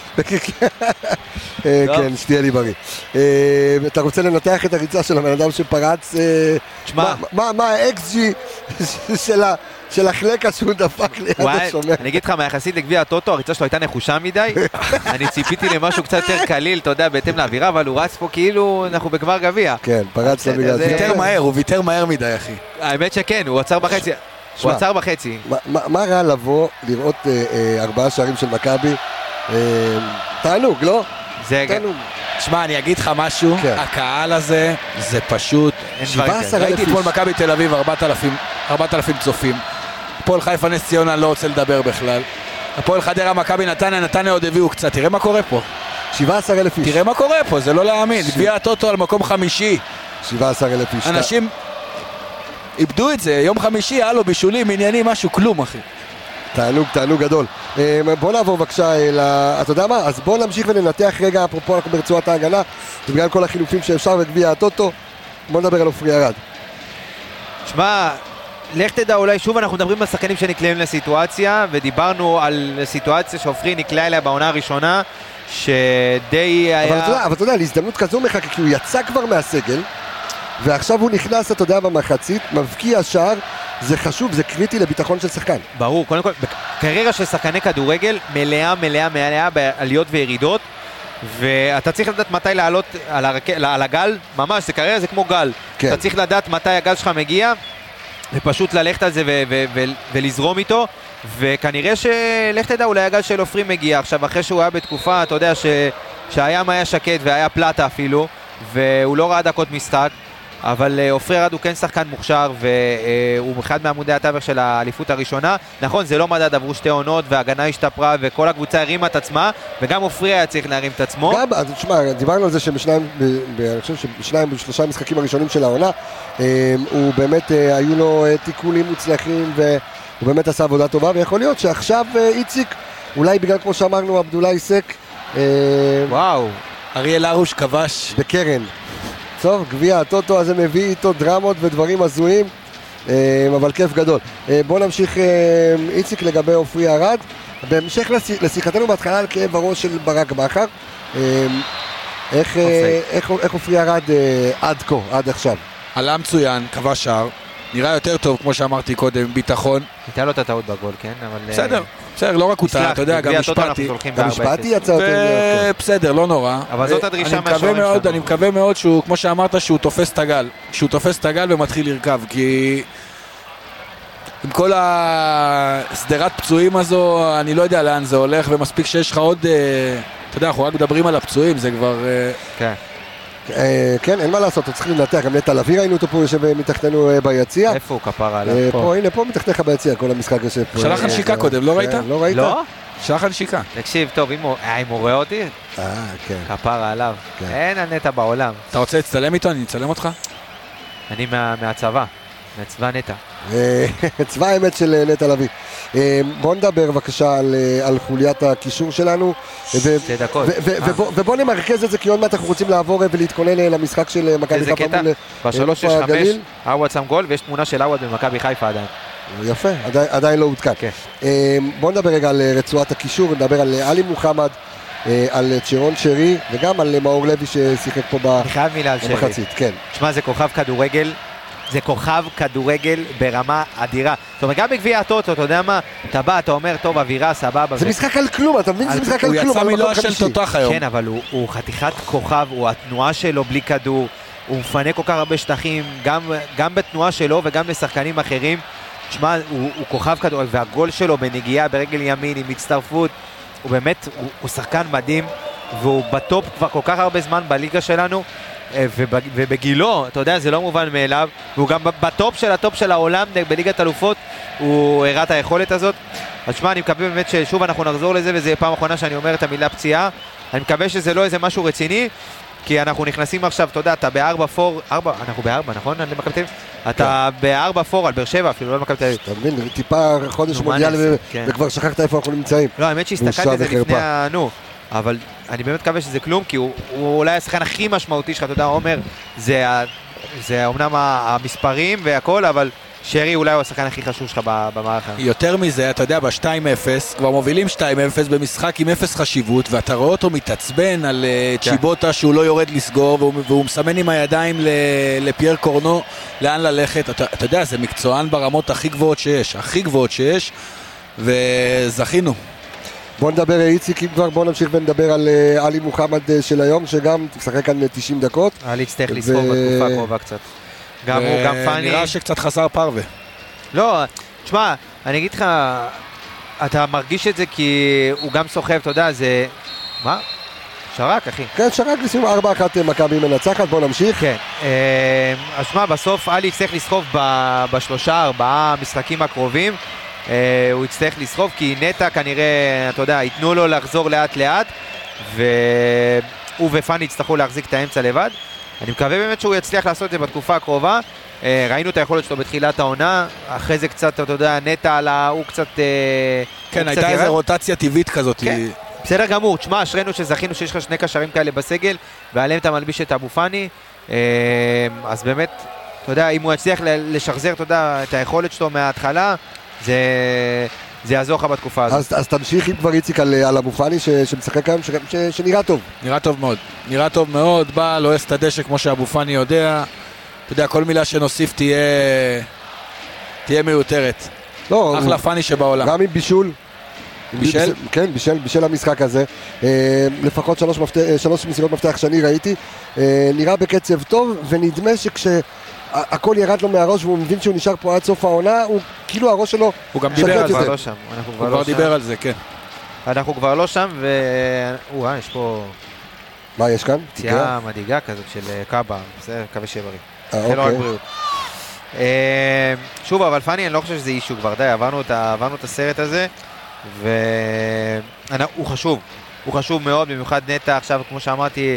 כן, שתהיה לי בריא. אתה רוצה לנתח את הריצה של הבן אדם שפרץ? מה ה-XG של החלקה שהוא דפק ליד השומר? אני אגיד לך, מהיחסית לגביע הטוטו, הריצה שלו הייתה נחושה מדי. אני ציפיתי למשהו קצת יותר קליל, אתה יודע, בהתאם לאווירה, אבל הוא רץ פה כאילו אנחנו בגמר גביע. כן, פרץ למגרש. הוא ויתר מהר מדי, אחי. האמת שכן, הוא עצר בחצי. הוא עצר בחצי. מה רע לבוא, לראות 4 שערים של מכבי? תענוג, לא? זה תענוג. שמע, אני אגיד לך משהו, הקהל הזה זה פשוט 17,000 ראיתי אתמול מכבי תל אביב 4,000 צופים. הפועל חיפה נס ציונה לא רוצה לדבר בכלל. הפועל חדרה מכבי נתניה עוד הביאו קצת, תראה מה קורה פה. 17,000 איש. תראה מה קורה פה, זה לא להאמין. גביע הטוטו על מקום חמישי. 17,000 איש. אנשים איבדו את זה, יום חמישי, הלו, בישולים, עניינים, משהו, כלום, אחי. תענוג גדול. בוא נעבור בבקשה, אתה יודע מה? אז בוא נמשיך וננתח רגע, אפרופו אנחנו ברצועת ההגנה, ובגלל כל החילופים שאפשר בגביע הטוטו, בוא נדבר על עופרי ארד. שמע, לך תדע, אולי שוב אנחנו מדברים על שחקנים שנקלעים לסיטואציה, ודיברנו על סיטואציה שעופרי נקלע אליה בעונה הראשונה, שדי היה... אבל אתה יודע, להזדמנות כזו מחכה, כי הוא יצא כבר מהסגל, ועכשיו הוא נכנס, אתה יודע, במחצית, מבקיע שער, זה חשוב, זה קריטי לביטחון של שחקן. ברור, קודם כל, קריירה של שחקני כדורגל מלאה בעליות וירידות, ואתה צריך לדעת מתי לעלות על הגל, ממש, זה קריירה, זה כמו גל. כן. אתה צריך לדעת מתי הגל שלך מגיע, ופשוט ללכת על זה ולזרום איתו, וכנראה שלך תדע, אולי הגל של עופרי מגיע, עכשיו אחרי שהוא היה בתקופה, אתה יודע שהים היה שקט והיה פלטה אפילו, והוא לא ראה דקות משחק, אבל עופרי ארד הוא כן שחקן מוכשר, והוא אחד מעמודי התווך של האליפות הראשונה. נכון, זה לא מדד, עברו 2 עונות, וההגנה השתפרה, וכל הקבוצה הרימה את עצמה, וגם עופרי היה צריך להרים את עצמו. גם, אז תשמע, דיברנו על זה אני חושב שבשניים ושלושה המשחקים הראשונים של העונה, הוא באמת, היו לו תיקולים מוצלחים, והוא באמת עשה עבודה טובה, ויכול להיות שעכשיו איציק, אולי בגלל כמו שאמרנו, עבדולאי סק, וואו, אריאל ארוש כבש בקרן. טוב, גביע הטוטו הזה מביא איתו דרמות ודברים הזויים, אבל כיף גדול. בואו נמשיך איציק לגבי עופרי ארד. בהמשך לשיחתנו בהתחלה על כאב הראש של ברק בכר, איך עופרי ארד עד כה, עד עכשיו? עלה מצוין, כבש שער, נראה יותר טוב כמו שאמרתי קודם, ביטחון. הייתה לו את הטעות בגול, כן? בסדר, לא רק הוא טעה, אתה יודע, גם משפטי יצא יותר. בסדר, לא נורא. אבל זאת הדרישה מהשוערים שלנו. אני מקווה מאוד שהוא, כמו שאמרת, שהוא תופס את הגל. שהוא תופס את הגל ומתחיל לרכב, כי עם כל הסדרת פצועים הזו, אני לא יודע לאן זה הולך, ומספיק שיש לך עוד, אתה יודע, אנחנו רק מדברים על הפצועים, זה כבר... כן. כן, אין מה לעשות, אתה צריך לנתח, גם נטע לביא ראינו אותו פה יושב מתחתנו ביציע. איפה הוא כפרה עליו? פה, הנה, פה מתחתך ביציע, כל המשחק יושב פה. שלח הנשיקה קודם, לא ראית? לא ראית? לא? שלח הנשיקה. תקשיב, טוב, אם הוא רואה אותי, כן. כפרה עליו. אין הנטע בעולם. אתה רוצה להצטלם איתו? אני אצלם אותך? אני מהצבא, מהצבא נטע. צבא האמת של נטע לביא. בוא נדבר בבקשה על חוליית הקישור שלנו. 2 דקות. ובוא נמרכז את זה, כי עוד מעט אנחנו רוצים לעבור ולהתכונן למשחק של מכבי חיפה מול נוף הגליל. עווד שם גול, ויש תמונה של עווד במכבי חיפה עדיין. יפה, עדיין לא הותקן. בוא נדבר רגע על רצועת הקישור, נדבר על עלי מוחמד, על צ'רון שרי, וגם על מאור לוי ששיחק פה במחצית. אני חייב מילה על שרי. תשמע, זה כוכב כדורגל. זה כוכב כדורגל ברמה אדירה. זאת אומרת, גם בגביע הטוטו, אתה יודע מה? אתה בא, אתה אומר, טוב, אווירה, סבבה. זה משחק על כלום, אתה מבין? זה משחק על כלום. הוא יצא מלוע של תותח היום. כן, אבל הוא חתיכת כוכב, הוא התנועה שלו בלי כדור, הוא מפנה כל כך הרבה שטחים, גם בתנועה שלו וגם לשחקנים אחרים. תשמע, הוא כוכב כדורגל, והגול שלו בנגיעה ברגל ימין עם הצטרפות, הוא באמת, הוא שחקן מדהים, והוא בטופ כבר כל כך הרבה זמן בליגה שלנו. ובגילו, אתה יודע, זה לא מובן מאליו, והוא גם בטופ של הטופ של העולם בליגת אלופות, הוא הראה את היכולת הזאת. אז שמה, אני מקווה באמת ששוב אנחנו נחזור לזה, וזה פעם אחרונה שאני אומר את המילה פציעה. אני מקווה שזה לא איזה משהו רציני, כי אנחנו נכנסים עכשיו, אתה יודע, אתה ב4-4, אנחנו ב4, נכון? אתה ב4-4 על באר שבע, אפילו לא מכבי תל אביב. אתה מבין, טיפה חודש מונדיאל וכבר שכחת איפה אנחנו נמצאים. לא, האמת שהסתכלתי את זה לפני אבל אני באמת מקווה שזה כלום, כי הוא אולי השחקן הכי משמעותי שלך, אתה יודע, עומר, זה אומנם המספרים והכל, אבל שרי אולי הוא השחקן הכי חשוב שלך במערכה. יותר מזה, אתה יודע, ב-2-0, כבר מובילים 2-0 במשחק עם 0 חשיבות, ואתה רואה אותו מתעצבן על צ'יבוטה שהוא לא יורד לסגור, והוא מסמן עם הידיים לפייר קורנו לאן ללכת. אתה יודע, זה מקצוען ברמות הכי גבוהות שיש, וזכינו. בוא נדבר איציק, אם כבר בוא נמשיך ונדבר על עלי מוחמד של היום, שגם תשחק כאן 90 דקות. עלי יצטרך לספור בתקופה הקרובה קצת. גם הוא, גם פני. נראה שקצת חסר פרווה. לא, תשמע, אני אגיד לך, אתה מרגיש את זה כי הוא גם סוחב, אתה יודע, זה... מה? שרק, אחי. כן, שרק לסיום 4-1 מכבי מנצחת, בוא נמשיך. כן, אז תשמע, בסוף עלי יצטרך לסחוב ב3-4 משחקים הקרובים. הוא יצטרך לסחוב כי נטע כנראה, אתה יודע, ייתנו לו לחזור לאט לאט, והוא ופני יצטרכו להחזיק את האמצע לבד. אני מקווה באמת שהוא יצליח לעשות את זה בתקופה הקרובה. ראינו את היכולת שלו בתחילת העונה, אחרי זה קצת, אתה יודע, נטע עלה, הוא קצת... כן, הייתה איזו רוטציה טבעית כזאת. כן, בסדר גמור, תשמע, אשרנו שזכינו שיש לך 2 קשרים כאלה בסגל, ועליהם אתה מלביש את אבו פני, אז באמת, אתה יודע, אם הוא יצליח לשחזר, אתה יודע, את היכולת שלו מההתחלה, זה יעזור לך בתקופה הזאת. אז תמשיך עם כבר איציק על אבו פני שמשחק היום, שנראה טוב. נראה טוב מאוד, בא, לא יסת הדשא כמו שאבו פני יודע. אתה יודע, כל מילה שנוסיף תהיה מיותרת. לא, אחלה פאני שבעולם. גם עם בישול. בישל? כן, בישל המשחק הזה. לפחות 3 מסירות מפתח שאני ראיתי. נראה בקצב טוב, ונדמה שכשהכל ירד לו מהראש והוא מבין שהוא נשאר פה עד סוף העונה, הוא כאילו הראש שלו הוא גם דיבר על זה. הוא כבר דיבר על זה, כן. אנחנו כבר לא שם, יש פה... מה יש כאן? פציעה מדאיגה כזאת של קאבה, בסדר, מקווה שיהיה בריא. אוקיי. לא רק בריאות. שוב, אבל פאני, אני לא חושב שזה אישו כבר, די, עברנו את הסרט הזה, והוא חשוב, הוא חשוב מאוד, במיוחד נטע עכשיו, כמו שאמרתי,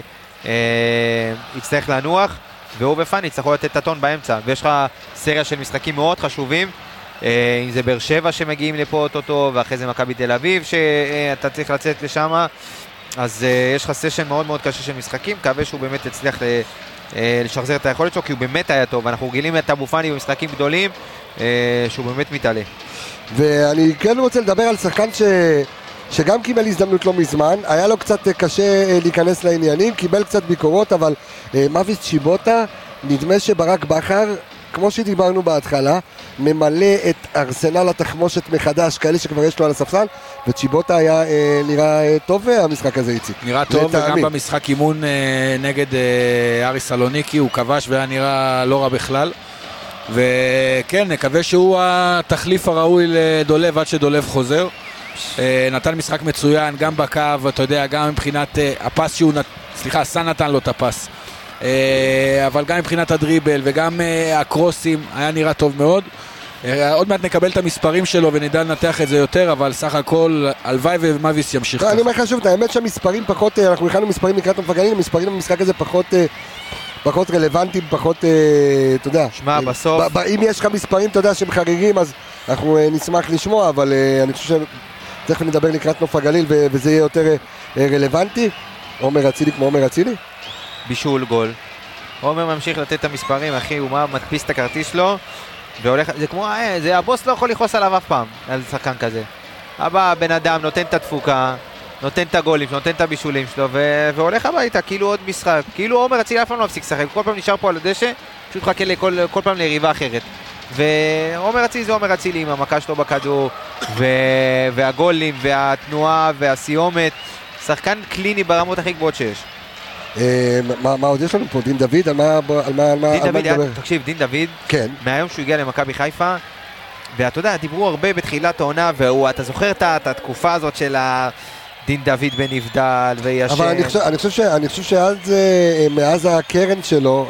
יצטרך לנוח, והוא ופאני יצטרכו לתת את הטון באמצע, ויש לך סריה של משחקים מאוד חשובים, אם זה באר שבע שמגיעים לפה אוטוטו, ואחרי זה מכבי תל אביב שאתה צריך לצאת לשם, אז יש לך סשן מאוד מאוד קשה של משחקים, מקווה שהוא באמת יצליח לשחזר את היכולת שלו, כי הוא באמת היה טוב, אנחנו גילים את אבו פאני במשחקים גדולים, שהוא באמת מתעלה. ואני כן רוצה לדבר על שחקן שגם קיבל הזדמנות לא מזמן, היה לו קצת קשה להיכנס לעניינים, קיבל קצת ביקורות, אבל מוויס צ'יבוטה, נדמה שברק בכר, כמו שדיברנו בהתחלה, ממלא את ארסנל התחמושת מחדש, כאלה שכבר יש לו על הספסל, וצ'יבוטה היה נראה טוב המשחק הזה, איציק. נראה טוב, וגם במשחק אימון נגד אריס סלוניקי, הוא כבש והיה נראה לא רע בכלל. וכן, נקווה שהוא התחליף הראוי לדולב עד שדולב חוזר. נתן משחק מצוין, גם בקו, אתה יודע, גם מבחינת הפס שהוא, סן נתן לו את הפס. אבל גם מבחינת הדריבל וגם הקרוסים היה נראה טוב מאוד. עוד מעט נקבל את המספרים שלו ונדע לנתח את זה יותר, אבל סך הכל הלוואי ומוויס ימשיך. אני אומר לך שוב, האמת שהמספרים פחות, אנחנו הכנו מספרים לקראת המפגנים, המספרים במשחק הזה פחות רלוונטיים, פחות, אתה יודע. שמע, בסוף. אם יש לך מספרים, אתה יודע, שהם חריגים, אז אנחנו נשמח לשמוע, אבל אני חושב שתכף נדבר לקראת נוף הגליל, וזה יהיה יותר רלוונטי. עומר אצילי כמו עומר אצילי? בישול גול. עומר ממשיך לתת את המספרים, אחי, הוא מדפיס את הכרטיס שלו, והולך, זה כמו, זה הבוס לא יכול לכעוס עליו אף פעם, על שחקן כזה. הבא, בן אדם נותן את התפוקה, נותן את הגולים, נותן את הבישולים שלו, והולך הביתה, כאילו עוד משחק, כאילו עומר אצילי אף פעם לא מפסיק לשחק, כל פעם נשאר פה על הדשא, פשוט חכה כל פעם ליריבה אחרת. ועומר אצילי זה עומר אצילי עם המכה שלו בכדור, והגולים, והתנועה, והסיומת, שחקן קליני ברמות הכי גבוהות שיש. מה עוד יש לנו פה? דין דוד? על מה נדבר? תקשיב, דין דוד, מהיום שהוא הגיע למכבי חיפה, ואתה יודע, דיברו הרבה בתחילת העונה, ואתה זוכר את התקופה הזאת של דין דוד בן נבדל וישן. אבל אני חושב מאז הקרן שלו,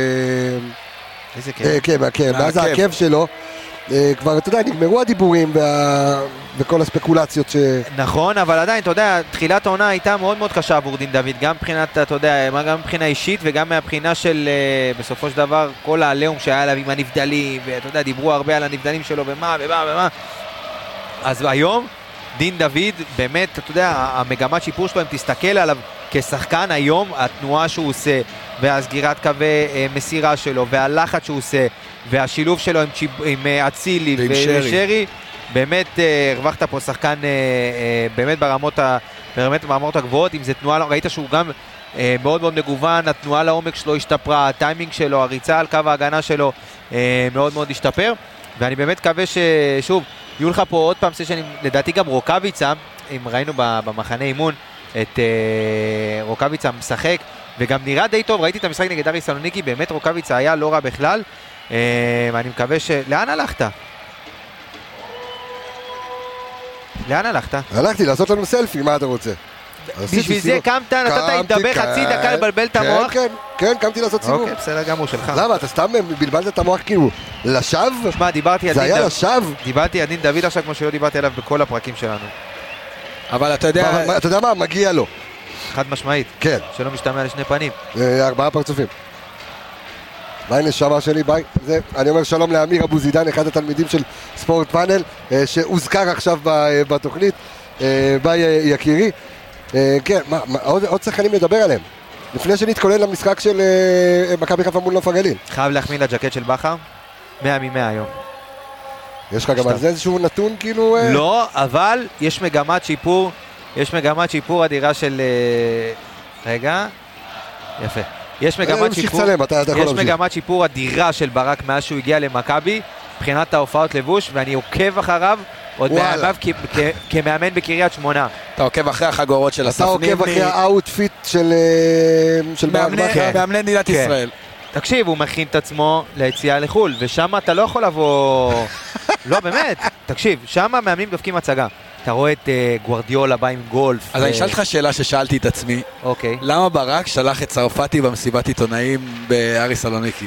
איזה קרן? כן, מאז העקב שלו, כבר, אתה יודע, נגמרו הדיבורים וכל הספקולציות נכון, אבל עדיין, אתה יודע, תחילת העונה הייתה מאוד מאוד קשה עבור דין דוד, גם מבחינת, אתה יודע, גם מבחינה אישית וגם מהבחינה של, בסופו של דבר, כל העליהום שהיה עליו עם הנבדלים, ואתה יודע, דיברו הרבה על הנבדלים שלו, ומה. אז היום, דין דוד, באמת, אתה יודע, המגמת שיפור שלו, אם תסתכל עליו כשחקן היום, התנועה שהוא עושה, והסגירת קווי מסירה שלו, והלחץ שהוא עושה, והשילוב שלו עם אצילי ושרי, באמת הרווחת פה שחקן באמת ברמות הגבוהות, אם זה תנועה, ראית שהוא גם מאוד מאוד מגוון, התנועה לעומק שלו השתפרה, הטיימינג שלו, הריצה על קו ההגנה שלו מאוד מאוד השתפר, ואני באמת מקווה ששוב, יהיו לך פה עוד פעם סשנים, לדעתי גם רוקביצה, אם ראינו במחנה אימון את רוקביצה משחק, וגם נראה די טוב, ראיתי את המשחק נגד אריס סלוניקי, באמת רוקביצה היה לא רע בכלל, ואני מקווה לאן הלכת? לאן הלכת? הלכתי לעשות לנו סלפי, מה אתה רוצה? בשביל זה קמת, נתת לדבר חצי דקה לבלבל את המוח? כן, קמתי לעשות סיבוב. אוקיי, בסדר גמור שלך. למה? אתה סתם בלבלת את המוח כאילו לשווא? שמע, דיברתי על זה היה לשווא? דיברתי על דין דוד עכשיו כמו שלא דיברתי עליו בכל הפרקים שלנו. אבל אתה יודע מה? מגיע לו. חד משמעית. כן. שלא משתמע לשני פנים. 4 פרצופים. ביי נשמה שלי, ביי. אני אומר שלום לאמיר אבו זידן, אחד התלמידים של ספורט פאנל, שהוזכר עכשיו בתוכנית. ביי יקירי. כן, עוד שחקנים לדבר עליהם. לפני שנתכונן למשחק של מכבי חיפה מול נוף הגליל. חייב להחמיא לג'קט של בכר. 100 מ-100 היום. יש לך גם על זה איזשהו נתון כאילו? לא, אבל יש מגמת שיפור אדירה של... רגע. יפה. יש מגמת שיפור אדירה של ברק מאז שהוא הגיע למכבי, מבחינת ההופעות לבוש, ואני עוקב אחריו עוד מהימיו כמאמן בקריית שמונה. אתה עוקב אחרי החגורות של אסף נימני. אתה עוקב אחרי האוטפיט של מאמני מדינת ישראל. תקשיב, הוא מכין את עצמו ליציאה לחול, ושם אתה לא יכול לבוא... לא, באמת. תקשיב, שם מאמנים דופקים הצגה. אתה רואה את גוארדיולה בא עם גולף. אז אני אשאל אותך שאלה ששאלתי את עצמי. אוקיי. למה ברק שלח את צרפתי במסיבת עיתונאים בארי סלוניקי?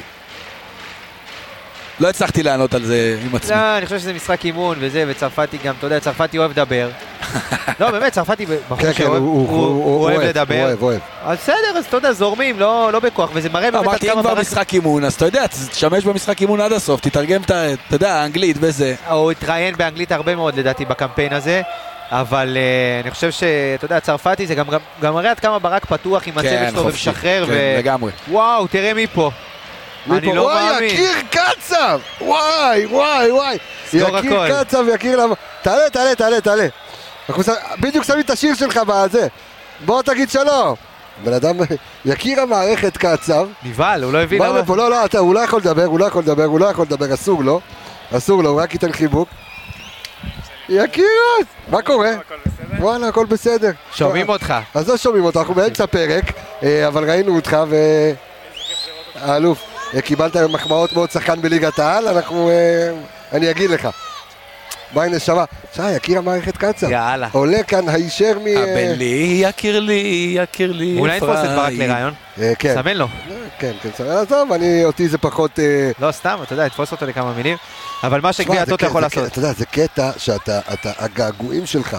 לא הצלחתי לענות על זה עם עצמי. לא, אני חושב שזה משחק אימון וזה, וצרפתי גם, אתה יודע, צרפתי אוהב לדבר. לא, באמת, צרפתי בחור שאוהב, הוא אוהב לדבר. אז בסדר, אז אתה יודע, זורמים, לא בכוח, וזה מראה באמת עד כמה... אמרתי, אם כבר משחק אימון, אז אתה יודע, תשמש במשחק אימון עד הסוף, תתרגם את, אתה יודע, האנגלית וזה. הוא התראיין באנגלית הרבה מאוד, לדעתי, בקמפיין הזה, אבל אני חושב שאתה יודע, צרפתי זה גם מראה עד כמה ברק פתוח עם הצוות שלו ומשחרר, וואו, תראה מי פה. אני לא מאמין. יקיר קצב! וואי. יקיר קצב, יקיר למה... תעלה. בדיוק שמים את השיר שלך בזה. בוא תגיד שלום. בן אדם, יקיר המערכת קצב. נבהל, הוא לא הבין. לא, הוא לא יכול לדבר, אסור לו, הוא רק ייתן חיבוק. יקיר, מה קורה? וואלה, הכל בסדר. שומעים אותך. אז לא שומעים אותך, אנחנו באמצע פרק, אבל ראינו אותך האלוף. קיבלת היום מחמאות מאוד שחקן בליגת העל, אני אגיד לך. ביי נשמה. יקיר המערכת קצב. יאללה. עולה כאן הישר הבן לי, יקיר לי. אולי נתפוס את ברק לרעיון? כן. סמן לו. כן, אז טוב, אותי זה פחות... לא, סתם, אתה יודע, תתפוס אותו לכמה מילים. אבל מה שגביע הטוטו יכול לעשות. אתה יודע, זה קטע הגעגועים שלך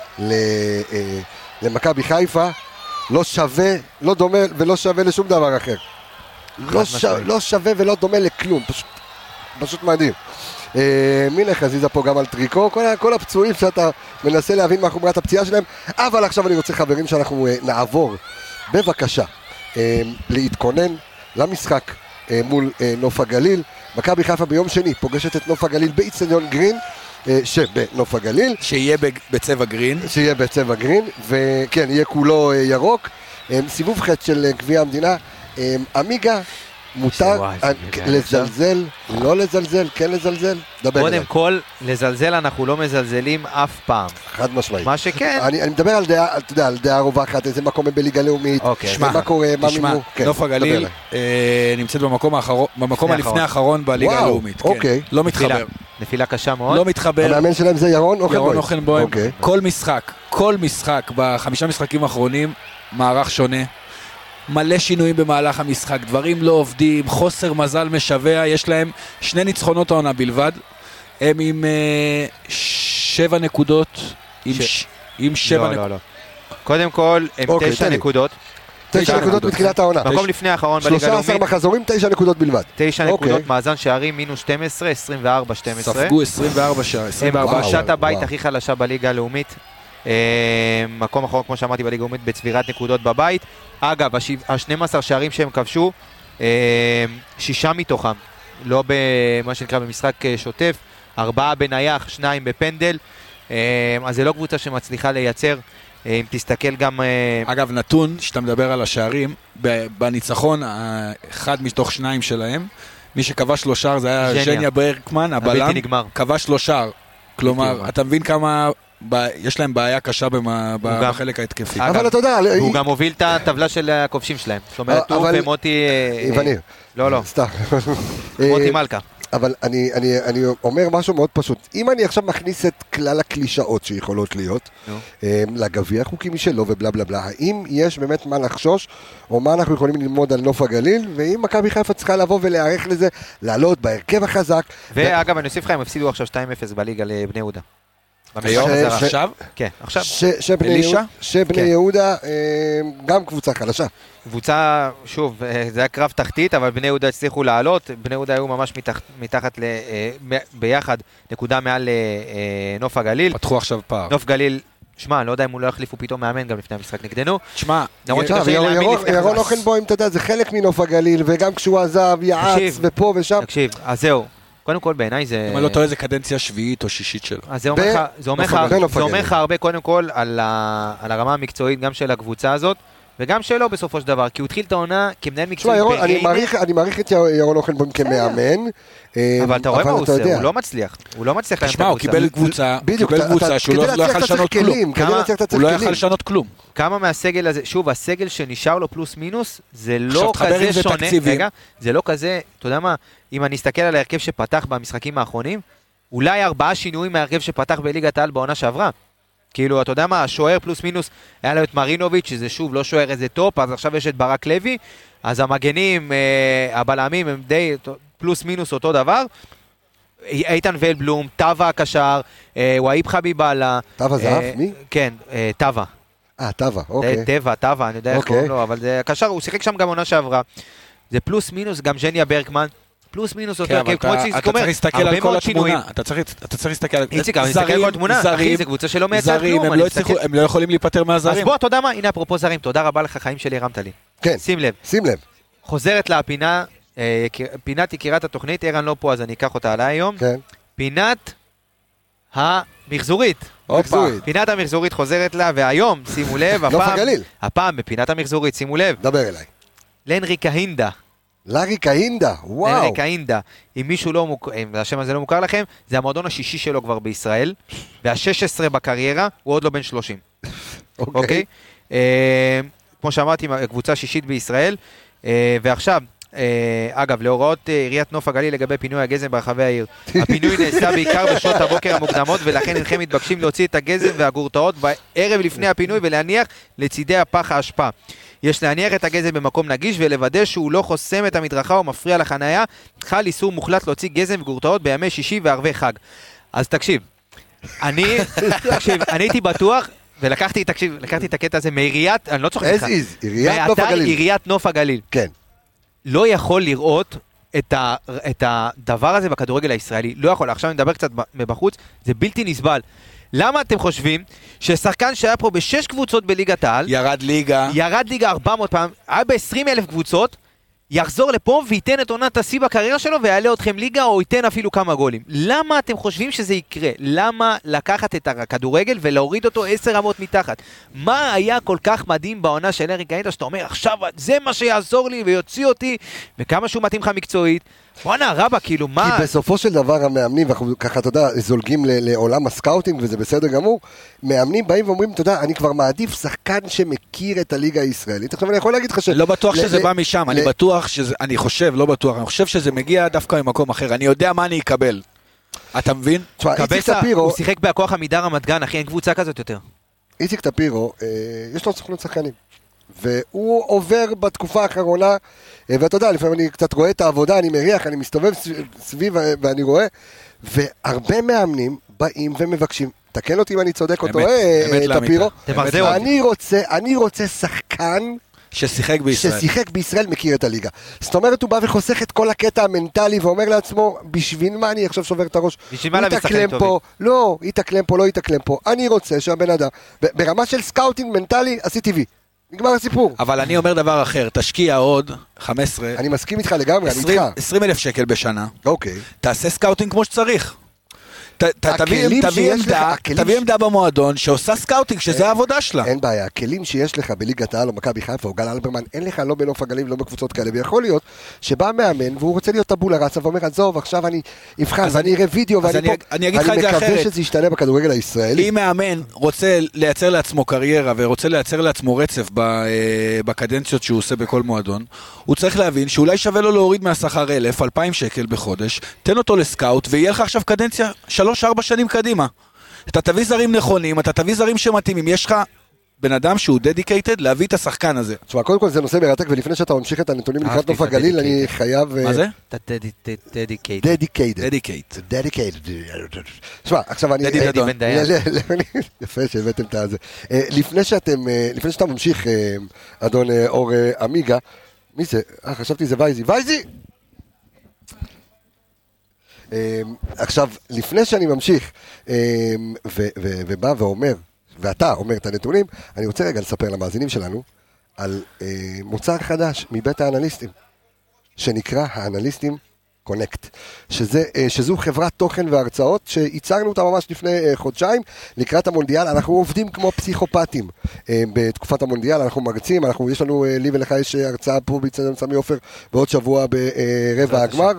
למכבי חיפה לא שווה, לא דומה ולא שווה לשום דבר אחר. לא שווה ולא דומה לכלום, פשוט מדהים. מילה חזיזה פה גם על טריקו, כל הפצועים שאתה מנסה להבין מה חומרת הפציעה שלהם, אבל עכשיו אני רוצה חברים שאנחנו נעבור בבקשה להתכונן למשחק מול נוף הגליל. מכבי חיפה ביום שני פוגשת את נוף הגליל באצטדיון גרין שבנוף הגליל שיהיה בצבע גרין וכן, יהיה כולו ירוק. סיבוב חץ של גביע המדינה. עמיגה, מותר לזלזל, לא לזלזל, כן לזלזל? קודם כל, לזלזל אנחנו לא מזלזלים אף פעם. חד משמעית. מה שכן... אני מדבר על דעה, אתה יודע, על דעה רווחת, איזה מקום הם בליגה לאומית, מה קורה, מה מימו. נוף הגליל נמצאת במקום הלפני האחרון בליגה הלאומית. לא מתחבר. נפילה קשה מאוד. לא מתחבר. המאמן שלהם זה ירון אוכנבוים. כל משחק, ב5 משחקים האחרונים, מערך שונה. מלא שינויים במהלך המשחק, דברים לא עובדים, חוסר מזל משווע, יש להם 2 ניצחונות העונה בלבד, הם עם 7 נקודות, עם 7 נקודות. לא. קודם כל, הם 9 נקודות. 9 נקודות מתחילת העונה. מקום לפני האחרון בליגה הלאומית. 13 מחזורים, 9 נקודות בלבד. 9 נקודות, מאזן שערים מינוס 12, 24-12. ספגו 24 שערים. הם קבוצת הבית הכי חלשה בליגה הלאומית. מקום אחרון, כמו שאמרתי, בליגה הלאומית בצבירת נקודות בבית. אגב, ה-12 שערים שהם כבשו, 6 מתוכם, לא במה שנקרא במשחק שוטף, 4 בנייח, 2 בפנדל, אז זה לא קבוצה שמצליחה לייצר, אם תסתכל גם... אגב, נתון, שאתה מדבר על השערים, בניצחון, 1 מתוך 2 שלהם, מי שכבש 3 שער זה היה ז'ניה ברקמן, הבלם, כבש 3 שער, כלומר, אתה מבין כמה... יש להם בעיה קשה בחלק ההתקפי. אבל אתה יודע... הוא גם הוביל את הטבלה של הכובשים שלהם. זאת אומרת, הוא ומוטי... איווניר. לא. סתם. מוטי מלכה. אבל אני אומר משהו מאוד פשוט. אם אני עכשיו מכניס את כלל הקלישאות שיכולות להיות, לגביע חוקים משלו ובלה בלה בלה, האם יש באמת מה לחשוש, או מה אנחנו יכולים ללמוד על נוף הגליל, ואם מכבי חיפה צריכה לבוא ולהערך לזה, לעלות בהרכב החזק. ואגב, אני אוסיף לך, הם הפסידו עכשיו 2-0 בליגה לבני יהודה. עכשיו? כן, עכשיו. שבני יהודה גם קבוצה חלשה. קבוצה, שוב, זה היה קרב תחתית, אבל בני יהודה הצליחו לעלות, בני יהודה היו ממש מתחת ביחד, נקודה מעל נוף הגליל. פתחו עכשיו פער. נוף גליל, שמע, לא יודע אם הוא לא יחליפו פתאום מאמן גם לפני המשחק נגדנו. שמע, ירון אוכנבוים, אתה יודע, זה חלק מנוף הגליל, וגם כשהוא עזב, יעץ, ופה ושם. תקשיב, אז זהו. קודם כל בעיניי זה... אם אני לא טועה, זה קדנציה שביעית או שישית שלו. אז זה אומר לך הרבה קודם כל על הרמה המקצועית גם של הקבוצה הזאת, וגם שלו בסופו של דבר, כי הוא התחיל את העונה כמנהל מקצועי בריינה. אני מעריך את ירון אוכנבוים כמאמן. אבל אתה רואה מה הוא עושה, הוא לא מצליח. הוא לא מצליח. תשמע, הוא קיבל קבוצה שהוא לא יכול לשנות כלום. הוא לא יכול לשנות כלום. כמה מהסגל הזה, שוב, הסגל שנשאר לו פלוס מינוס, זה לא כזה שונה. רגע, זה לא כזה, אתה יודע מה, אם אני אסתכל על ההרכב שפתח במשחקים האחרונים, אולי 4 שינויים מההרכב שפתח בליגת העל בעונה שעברה. כאילו, אתה יודע מה, השוער פלוס מינוס, היה לו את מרינוביץ', שזה שוב לא שוער איזה טופ, אז עכשיו יש את ברק לוי, אז המגנים, הבלמים, הם די פלוס מינוס אותו דבר. איתן ולבלום, טאבה הקשר, וואיב חביבאללה. טאבה זהב? מי? כן, טאבה. טאבה, אוקיי. טאבה, אני יודע איך קוראים לו, אבל זה הקשר, הוא שיחק שם גם עונה שעברה. זה פלוס מינוס, גם ז'ניה ברקמן. פלוס מינוס אותו, כמו שאתה צריך להסתכל על כל התמונה, אתה צריך להסתכל על כל התמונה, אחי, זה קבוצה שלא מייצר כלום, הם לא יכולים להיפטר מהזרים. אז בוא, אתה יודע מה, הנה אפרופו זרים, תודה רבה לך, חיים שלי, הרמת לי. כן, שים לב. חוזרת לפינה, פינת יקירת התוכנית, ערן לא פה, אז אני אקח אותה עליי היום. פינת המחזורית. פינת המחזורית חוזרת לה, והיום, שימו לב, הפעם בפינת המחזורית, שימו לב. דבר אליי. לנרי קהינדה. לארי קהינדה, וואו. לנרי קהינדה, אם מישהו לא מוכר, אם השם הזה לא מוכר לכם, זה המועדון השישי שלו כבר בישראל, וה-16 בקריירה, הוא עוד לא בן 30. אוקיי? כמו שאמרתי, קבוצה שישית בישראל, ועכשיו, אגב, להוראות עיריית נוף הגליל לגבי פינוי הגזם ברחבי העיר. הפינוי נעשה בעיקר בשעות הבוקר המוקדמות, ולכן אינכם מתבקשים להוציא את הגזם והגורטאות בערב לפני הפינוי ולהניח לצידי הפח האשפה. יש להניח את הגזם במקום נגיש ולוודא שהוא לא חוסם את המדרכה או מפריע לחנייה. חל איסור מוחלט להוציא גזם וגורטאות בימי שישי וערבי חג. אז תקשיב, אני הייתי בטוח, ולקחתי את הקטע הזה מעיריית, אני לא צוחק לך, עיריית נוף הגליל. כן. לא יכול לראות את הדבר הזה בכדורגל הישראלי. לא יכול, עכשיו אני מדבר קצת מבחוץ, זה בלתי נסבל. למה אתם חושבים ששחקן שהיה פה ב6 קבוצות בליגת העל, ירד ליגה 400 פעם, היה ב20,000 קבוצות, יחזור לפה וייתן את עונת השיא בקריירה שלו ויעלה אתכם ליגה או ייתן אפילו כמה גולים? למה אתם חושבים שזה יקרה? למה לקחת את הכדורגל ולהוריד אותו 10 רמות מתחת? מה היה כל כך מדהים בעונה של לנרי קהינדה שאתה אומר עכשיו זה מה שיעזור לי ויוציא אותי, וכמה שהוא מתאים לך מקצועית? וואנה, רבה, כאילו, מה? כי בסופו של דבר המאמנים, ואנחנו ככה, אתה יודע, זולגים לעולם הסקאוטינג, וזה בסדר גמור, מאמנים באים ואומרים, אתה יודע, אני כבר מעדיף שחקן שמכיר את הליגה הישראלית. עכשיו, אני יכול להגיד לך לא בטוח שזה בא משם, אני בטוח שזה, אני חושב שזה מגיע דווקא ממקום אחר, אני יודע מה אני אקבל. אתה מבין? קבסה, הוא שיחק בהכוח עמידר רמת גן, אחי, אין קבוצה כזאת יותר. איציק טפירו, יש לו סוכנות שחקנים. והוא עובר בתקופה האחרונה, ואתה יודע, לפעמים אני קצת רואה את העבודה, אני מריח, אני מסתובב סביב ואני רואה, והרבה מאמנים באים ומבקשים, תקן אותי אם אני צודק אותו, טפירו, אני רוצה שחקן ששיחק בישראל מכיר את הליגה. זאת אומרת, הוא בא וחוסך את כל הקטע המנטלי ואומר לעצמו, בשביל מה אני עכשיו שובר את הראש? לא, יתקלם פה, אני רוצה שהבן אדם, ברמה של סקאוטינג מנטלי, עשיתי וי. נגמר הסיפור. אבל אני אומר דבר אחר, תשקיע עוד 15... אני מסכים איתך לגמרי, אני איתך. 20,000 שקל בשנה. אוקיי. תעשה סקאוטינג כמו שצריך. תביא עמדה במועדון שעושה סקאוטינג, שזה העבודה שלה. אין בעיה, הכלים שיש לך בליגת העל או מכבי חיפה או גל אלברמן, אין לך לא בנוף הגליל ולא בקבוצות כאלה, ויכול להיות שבא מאמן והוא רוצה להיות טבולה רצה ואומר, עזוב, עכשיו אני אבחן ואני אראה וידאו ואני מקווה שזה ישתנה בכדורגל הישראלי. אם מאמן רוצה לייצר לעצמו קריירה ורוצה לייצר לעצמו רצף בקדנציות שהוא עושה בכל מועדון, הוא צריך להבין שאולי שווה לו להוריד מהשכר 1,000-2,000 שקל בחודש, תן אותו לסקאוט ויהיה לך עכשיו קדנציה 3-4 שנים קדימה. אתה תביא זרים נכונים, אתה תביא זרים שמתאימים, יש לך בן אדם שהוא dedicated להביא את השחקן הזה. תשמע, קודם כל זה נושא מרתק, ולפני שאתה ממשיך את הנתונים לקראת נוף הגליל, אני חייב... מה זה? dedicated. תשמע, עכשיו אני... יפה שהבאתם את הזה. לפני שאתה ממשיך, אדון אור אמיגה, מי זה? חשבתי זה וייזי. וייזי! עכשיו, לפני שאני ממשיך ובא ואומר, ואתה אומר את הנתונים, אני רוצה רגע לספר למאזינים שלנו על מוצר חדש מבית האנליסטים, שנקרא האנליסטים קונקט, שזו חברת תוכן והרצאות שייצרנו אותה ממש לפני חודשיים לקראת המונדיאל. אנחנו עובדים כמו פסיכופטים בתקופת המונדיאל, אנחנו מרצים, יש לנו, לי ולך יש הרצאה פה באצטדיון סמי עופר בעוד שבוע ברבע הגמר,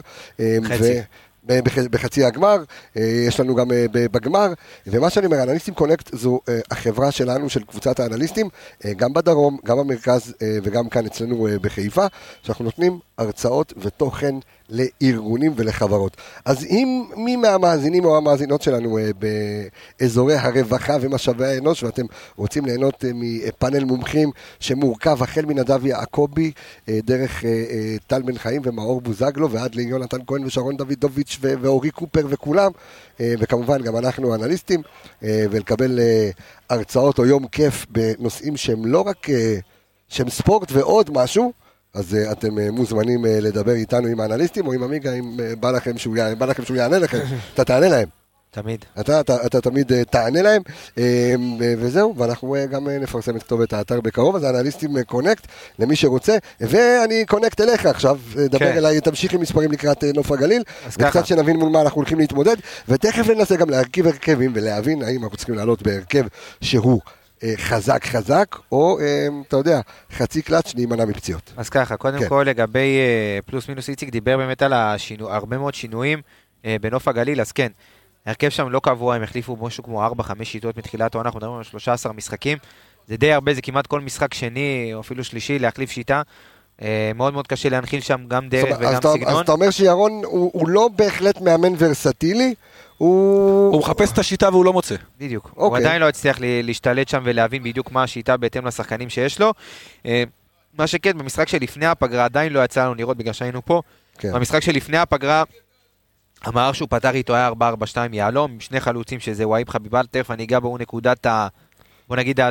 בחצי הגמר, יש לנו גם בגמר, ומה שאני אומר, אנליסטים קונקט זו החברה שלנו, של קבוצת האנליסטים, גם בדרום, גם במרכז וגם כאן אצלנו בחיפה, שאנחנו נותנים הרצאות ותוכן לארגונים ולחברות. אז אם מי מהמאזינים או המאזינות שלנו באזורי הרווחה ומשאבי האנוש, ואתם רוצים ליהנות מפאנל מומחים שמורכב החל מנדב יעקבי, דרך טל בן חיים ומאור בוזגלו, ועד ליונתן כהן ושרון דוידוביץ' ואורי קופר וכולם, וכמובן גם אנחנו אנליסטים, ולקבל הרצאות או יום כיף בנושאים שהם לא רק שהם ספורט ועוד משהו, אז אתם מוזמנים לדבר איתנו עם האנליסטים, או עם אמיגה, אם בא לכם שהוא יענה לכם, אתה תענה להם. תמיד. אתה תמיד תענה להם, וזהו, ואנחנו גם נפרסם את כתובת האתר בקרוב, אז האנליסטים קונקט למי שרוצה, ואני קונקט אליך עכשיו, דבר אליי, תמשיך עם מספרים לקראת נוף הגליל, וקצת שנבין מול מה אנחנו הולכים להתמודד, ותכף ננסה גם להרכיב הרכבים, ולהבין האם אנחנו צריכים לעלות בהרכב שהוא חזק, או אתה יודע, חצי קלאץ' להימנע מפציעות. אז ככה, קודם כל לגבי פלוס מינוס איציק, דיבר באמת על הרבה מאוד שינויים בנוף הגליל, אז כן, הרכב שם לא קבוע, הם החליפו משהו כמו 4-5 שיטות מתחילת העונה, אנחנו מדברים על 13 משחקים, זה די הרבה, זה כמעט כל משחק שני או אפילו שלישי להחליף שיטה, מאוד מאוד קשה להנחיל שם גם דרך וגם סגנון. אז אתה אומר שירון הוא לא בהחלט מאמן ורסטילי, הוא מחפש את השיטה והוא לא מוצא. בדיוק, הוא עדיין לא הצליח להשתלט שם ולהבין בדיוק מה השיטה בהתאם לשחקנים שיש לו. מה שכן, במשחק שלפני הפגרה עדיין לא יצא לנו לראות בגלל שהיינו פה, במשחק שלפני הפגרה, המערך שהוא פתר איתו היה 4-4-2 יעלום, עם שני חלוצים שזה וואיב חביבל, תכף אני אגע בו נקודת בוא נגיד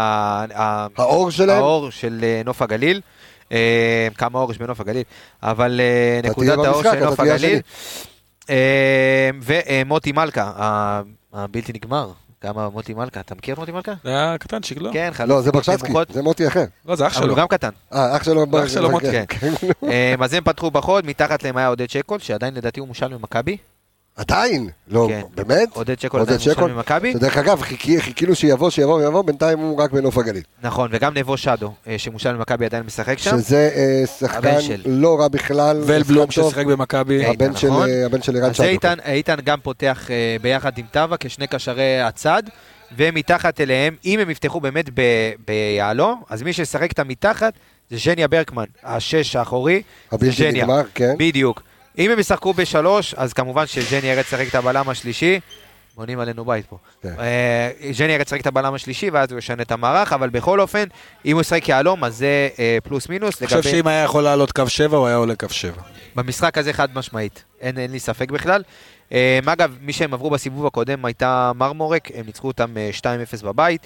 האור של נוף הגליל, כמה אור יש בנוף הגליל, אבל נקודת האור של נוף הגליל, ומוטי מלכה, הבלתי נגמר, כמה מוטי מלכה, אתה מכיר מוטי מלכה? זה היה קטנצ'יק, לא? כן, לא, זה ברשצקי, זה מוטי אחר. לא, זה אח שלו. אבל הוא גם קטן. אח שלו מוטי. אז הם פתחו בחוד, מתחת להם היה עודד שקול, שעדיין לדעתי הוא מושל ממכבי. עדיין? לא, באמת? עודד שקול עדיין מושל ממכבי. שדרך אגב, חיכינו שיבוא, בינתיים הוא רק בנוף הגליל. נכון, וגם נבו שדו, שמושל ממכבי עדיין משחק שם. שזה שחקן לא רע בכלל. ולבלום ששחק במכבי. הבן של אירן שדו. אז איתן גם פותח ביחד עם טבע כשני קשרי הצד, ומתחת אליהם, אם הם יפתחו באמת ביעלום, אז מי ששחק את המתחת זה ז'ניה ברקמן, השש האחורי. הבלתי נגמר, כן. בדיוק. אם הם ישחקו בשלוש, אז כמובן שז'ני ירד לשחק את הבלם השלישי, בונים עלינו בית פה, ז'ני ירד לשחק את הבלם השלישי, ואז הוא ישנה את המערך, אבל בכל אופן, אם הוא ישחק יעלום, אז זה פלוס מינוס. אני חושב שאם היה יכול לעלות קו 7, הוא היה עולה קו 7. במשחק הזה חד משמעית, אין לי ספק בכלל. אגב, מי שהם עברו בסיבוב הקודם הייתה מרמורק, הם ניצחו אותם 2-0 בבית,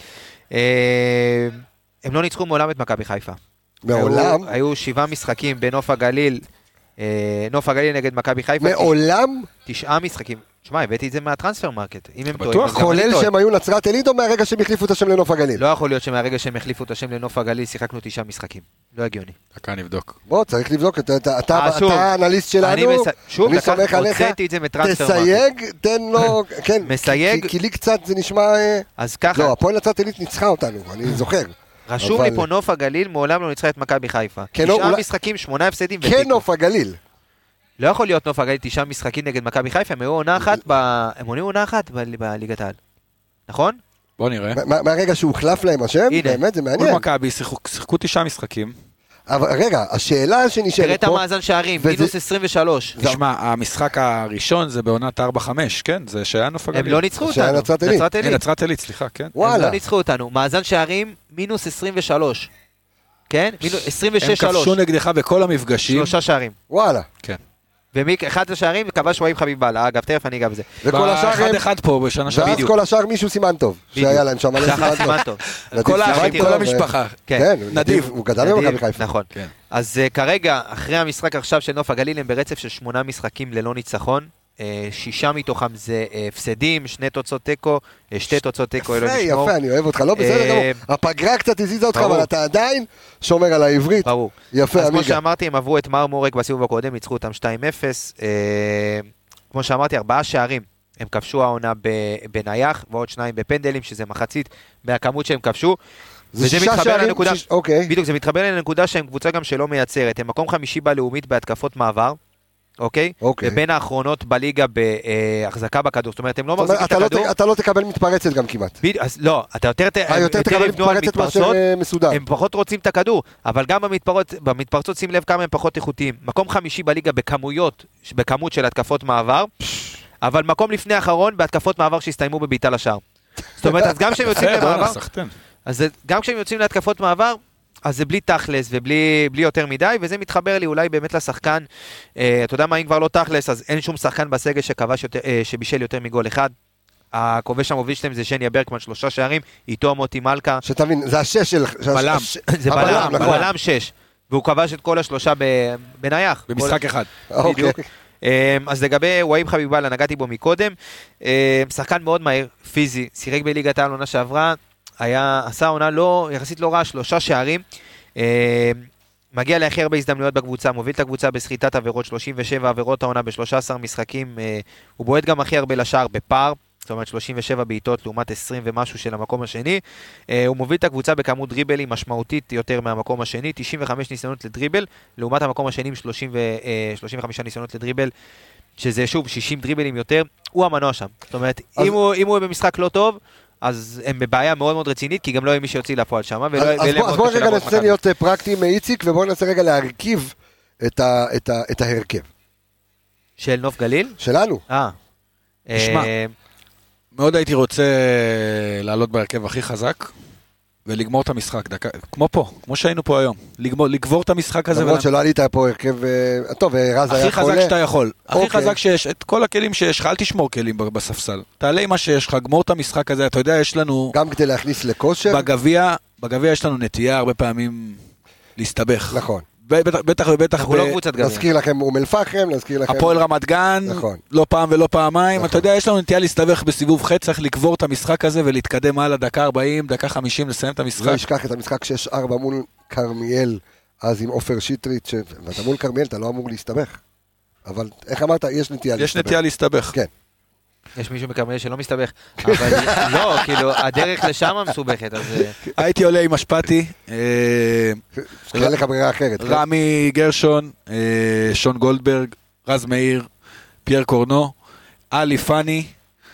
הם לא ניצחו מעולם את מכבי חיפה. מעולם? היו 7 משחקים בנוף הגליל, נוף הגליל נגד מכבי חיפה. מעולם? 9 משחקים. תשמע, הבאתי את זה מהטרנספר מרקט. בטוח, כולל שהם היו נצרת עילית או מהרגע שהם החליפו את השם לנוף הגליל? לא יכול להיות שמהרגע שהם החליפו את השם לנוף הגליל שיחקנו 9 משחקים. לא הגיוני. כאן נבדוק. בוא, צריך לבדוק. אתה האנליסט שלנו, אני סומך עליך. תסייג, תן לו, כן. מסייג. כי לי קצת זה נשמע... אז ככה. לא, הפועל נצרת עילית ניצחה אותנו, אני זוכר. רשום לי פה נוף הגליל, מעולם לא ניצחה את מכבי חיפה. 9 משחקים, 8 הפסדים ותיקו. כן, נוף הגליל. לא יכול להיות נוף הגליל 9 משחקים נגד מכבי חיפה, הם היו עונה אחת בליגת העל. נכון? בוא נראה. מהרגע שהוחלף להם השם, באמת זה מעניין. מול מכבי שיחקו 9 משחקים. אבל רגע, השאלה שנשאלת פה... תראה את המאזן שערים, מינוס 23. תשמע, המשחק הראשון זה בעונת 4-5, כן? זה שהיה נוף הגליל. הם לא ניצחו אותנו. נצרת עילית, סליחה, כן. הם לא ניצחו אותנו. מאזן שערים, מינוס 23. כן? 26-3. הם כבשו נגדך בכל המפגשים. 3 שערים. וואלה. כן. אחד השערים כבש וואיב חביבל, אגב, תכף אני אגע בזה. וכל השאר אחד פה בשנה שעברה. ואז כל השאר מישהו סימן טוב, שהיה להם שם סימן טוב. כל המשפחה. כן, נדיב. הוא גדל במכבי חיפה. נכון. אז כרגע, אחרי המשחק עכשיו של נוף הגליל, הם ברצף של 8 משחקים ללא ניצחון, 6 מתוכם זה הפסדים, 2 תוצאות תיקו, 2 תוצאות תיקו, אלוהים ישמור. יפה, אני אוהב אותך, לא בסדר גמור. הפגרה קצת הזיזה אותך, אבל אתה עדיין שומר על העברית. ברור. יפה, אז עמיגה. כמו שאמרתי, הם עברו את מרמורק בסיבוב הקודם, ניצחו אותם 2-0. כמו שאמרתי, 4 שערים. הם כבשו העונה בנייח, ועוד 2 בפנדלים, שזה מחצית מהכמות שהם כבשו. וזה מתחבר לנקודה, בדיוק, זה מתחבר לנקודה שהם קבוצה גם שלא מייצרת. הם מקום 5 בלאומית בהתקפות מעבר. אוקיי? ובין האחרונות בליגה בהחזקה בכדור, זאת אומרת, הם לא מחזיקים את הכדור. אתה לא תקבל מתפרצת גם כמעט. אז לא, אתה יותר תקבל מתפרצת מאשר מסודר. הם פחות רוצים את הכדור, אבל גם במתפרצות, שים לב כמה הם פחות איכותיים. מקום 5 בליגה בכמות של התקפות מעבר, אבל מקום לפני האחרון בהתקפות מעבר שהסתיימו בביתה לשער. זאת אומרת, אז גם כשהם יוצאים למעבר, אז גם כשהם יוצאים להתקפות מעבר, אז זה בלי תכלס ובלי יותר מדי, וזה מתחבר לי אולי באמת לשחקן, אתה יודע מה, אם כבר לא תכלס, אז אין שום שחקן בסגל שבישל יותר מגול אחד. הכובש המוביל שלהם זה שניה ברקמן, 3 שערים, איתו מוטי מלכה. שתבין, זה השש של... בלם, זה בלם 6, והוא כבש את כל השלושה בנייח. במשחק אחד. בדיוק. אז לגבי וואים חביבאללה, נגעתי בו מקודם, שחקן מאוד מהיר, פיזי, שיחק בליגת העל עונה שעברה, עשה עונה יחסית לא רע, 3 שערים, מגיע להכי הרבה הזדמנויות בקבוצה, מוביל את הקבוצה בסחיטת עבירות, 37 עבירות העונה ב-13 משחקים, הוא בועט גם הכי הרבה לשער בפער, זאת אומרת 37 בעיטות לעומת 20 ומשהו של המקום השני, הוא מוביל את הקבוצה בכמות דריבלים משמעותית יותר מהמקום השני, 95 ניסיונות לדריבל, לעומת המקום השני עם 35 ניסיונות לדריבל, שזה שוב 60 דריבלים יותר, הוא המנוע שם, זאת אומרת אם הוא במשחק לא טוב, אז הם בבעיה מאוד מאוד רצינית, כי גם לא יהיה מי שיוציא לפועל שם. אז בואו רגע ננסה להיות פרקטיים מאיציק, ובואו ננסה רגע להרכיב את ההרכב. של נוף גליל? שלנו. נשמע, מאוד הייתי רוצה לעלות בהרכב הכי חזק, ולגמור את המשחק, כמו פה, כמו שהיינו פה היום. לגבור את המשחק הזה. למרות שלא עלית פה הרכב, טוב, רז היה חולה. הכי חזק שאתה יכול. הכי חזק שיש, את כל הכלים שיש לך, אל תשמור כלים בספסל. תעלה עם מה שיש לך, גמור את המשחק הזה, אתה יודע, יש לנו... גם כדי להכניס לכושר. בגביע יש לנו נטייה הרבה פעמים להסתבך. נכון. בטח ובטח. אנחנו לא קבוצת גביע. נזכיר לכם אום אל-פחם, נזכיר לכם... הפועל רמת גן, לא פעם ולא פעמיים. אתה יודע, יש לנו נטייה להסתבך בסיבוב ח', צריך לקבור את המשחק הזה ולהתקדם על הדקה 40, דקה 50, לסיים את המשחק. לא ישכח את המשחק 6-4 מול קרמיאל, אז עם עופר שיטרית, ואתה מול קרמיאל, אתה לא אמור להסתבך. אבל איך אמרת, יש נטייה להסתבך. יש נטייה להסתבך. כן. יש מישהו מקרמיאל שלא מסתבך, אבל לא, כאילו, הדרך לשם מסובכת, אז... הייתי עולה עם השפטי. אין לך ברירה אחרת. רמי גרשון, שון גולדברג, רז מאיר, פייר קורנו, אלי פני,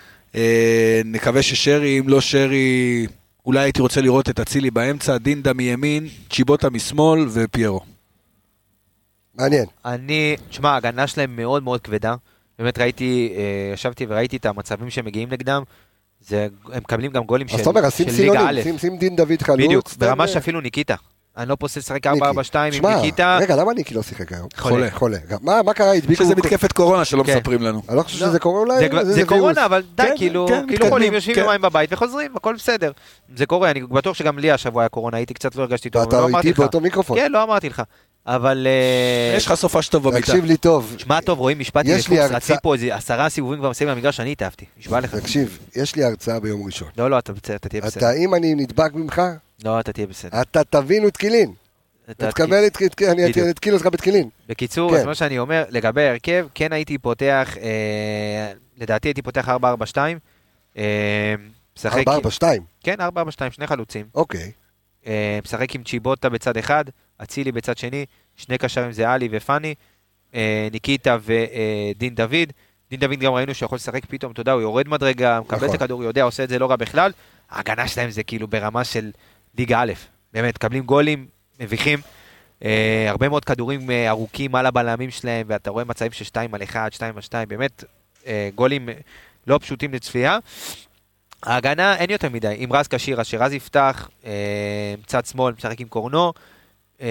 נקווה ששרי, אם לא שרי, אולי הייתי רוצה לראות את אצילי באמצע, דינדה מימין, צ'יבוטה משמאל ופיירו. מעניין. תשמע, ההגנה שלהם מאוד מאוד כבדה, באמת ישבתי וראיתי את המצבים שמגיעים נגדם, הם מקבלים גם גולים של ליגה א'. שים דין דוד חלוץ. בדיוק, ברמה שאפילו ניקיטה. אני לא פוסל לשחק 4-4-2 עם ניקיטה. רגע, למה ניקי לא שיחק היום? חולה. מה קרה? שזה מתקפת קורונה שלא מספרים לנו. אני לא חושב שזה קורונה אולי. זה קורונה, אבל די, כאילו חולים, יושבים יומיים בבית וחוזרים, הכל בסדר. זה קורה, אני בטוח שגם לי השבוע היה קורונה, הייתי קצת לא הרגשתי טוב. ואתה איתי באותו מיקרופון. כן, לא אמרתי לך. אבל... יש לך סופה שטוב במיטה. תקשיב לי טוב. שמע טוב, רואים משפטי לפוקס, רצי פה איזה 10 סיבובים כבר מסיים במגרש, אני התאהבתי. נשבע לך. תקשיב, יש לי הרצאה ביום ראשון. לא, אתה תהיה בסדר. אם אני נדבק ממך, לא, אתה תהיה בסדר. אתה תבינו את קילין. תקבל אני אתקיל אותך בתקילין. בקיצור, אז מה שאני אומר, לגבי ההרכב, כן הייתי פותח, לדעתי הייתי פותח 4-4-2. 4-4-2? כן, 4-4-2, שני חלוצים. אוקיי. משחק עם צ'יבוטה בצד אחד, אצילי בצד שני, שני קשרים זה אלי ופני, ניקיטה ודין דוד. דין דוד גם ראינו שיכול לשחק פתאום, אתה יודע, הוא יורד מדרגה, מקבל את הכדור, יודע, עושה את זה לא רע בכלל. ההגנה שלהם זה כאילו ברמה של ליגה א', באמת, קבלים גולים, מביכים, הרבה מאוד כדורים ארוכים על הבלמים שלהם, ואתה רואה מצבים של 2-1, 2-2, באמת, גולים לא פשוטים לצפייה. ההגנה אין יותר מדי, עם רז קשירה, שרז יפתח, צד שמאל, משחק עם קורנו,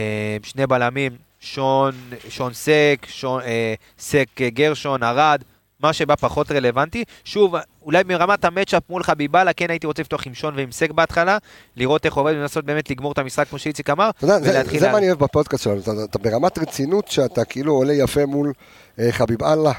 שני בלמים, שון סק, סק גרשון, ארד, מה שבא פחות רלוונטי. שוב, אולי מרמת המצ'אפ מול חביבאללה, כן הייתי רוצה לפתוח עם שון ועם סק בהתחלה, לראות איך עובד ולנסות באמת לגמור את המשחק כמו שאיציק אמר. זה מה אני אוהב בפודקאסט שלנו, אתה ברמת רצינות שאתה כאילו עולה יפה מול חביבאללה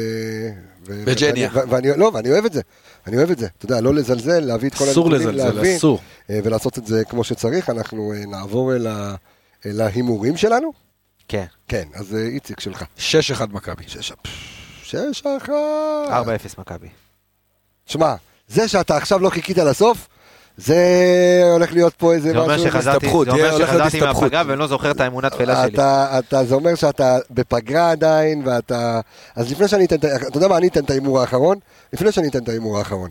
וג'ניה. ואני אוהב את זה. אני אוהב את זה, אתה יודע, לא לזלזל, להביא את כל הנתונים, להבין, ולעשות את זה כמו שצריך. אנחנו נעבור אל ההימורים שלנו. כן. כן, אז איציק שלך. 6-1 מכבי. 6-1. 4-0 מכבי. שמע, זה שאתה עכשיו לא חיכית לסוף, זה הולך להיות פה איזה משהו. זה אומר שחזרתי מהפגרה ואני לא זוכר את האמונה תפילה שלי. זה אומר שאתה בפגרה עדיין, ואתה... אז לפני שאני אתן, אתה יודע מה, אני אתן את האימור האחרון? לפני שאני אתן את האימור האחרון.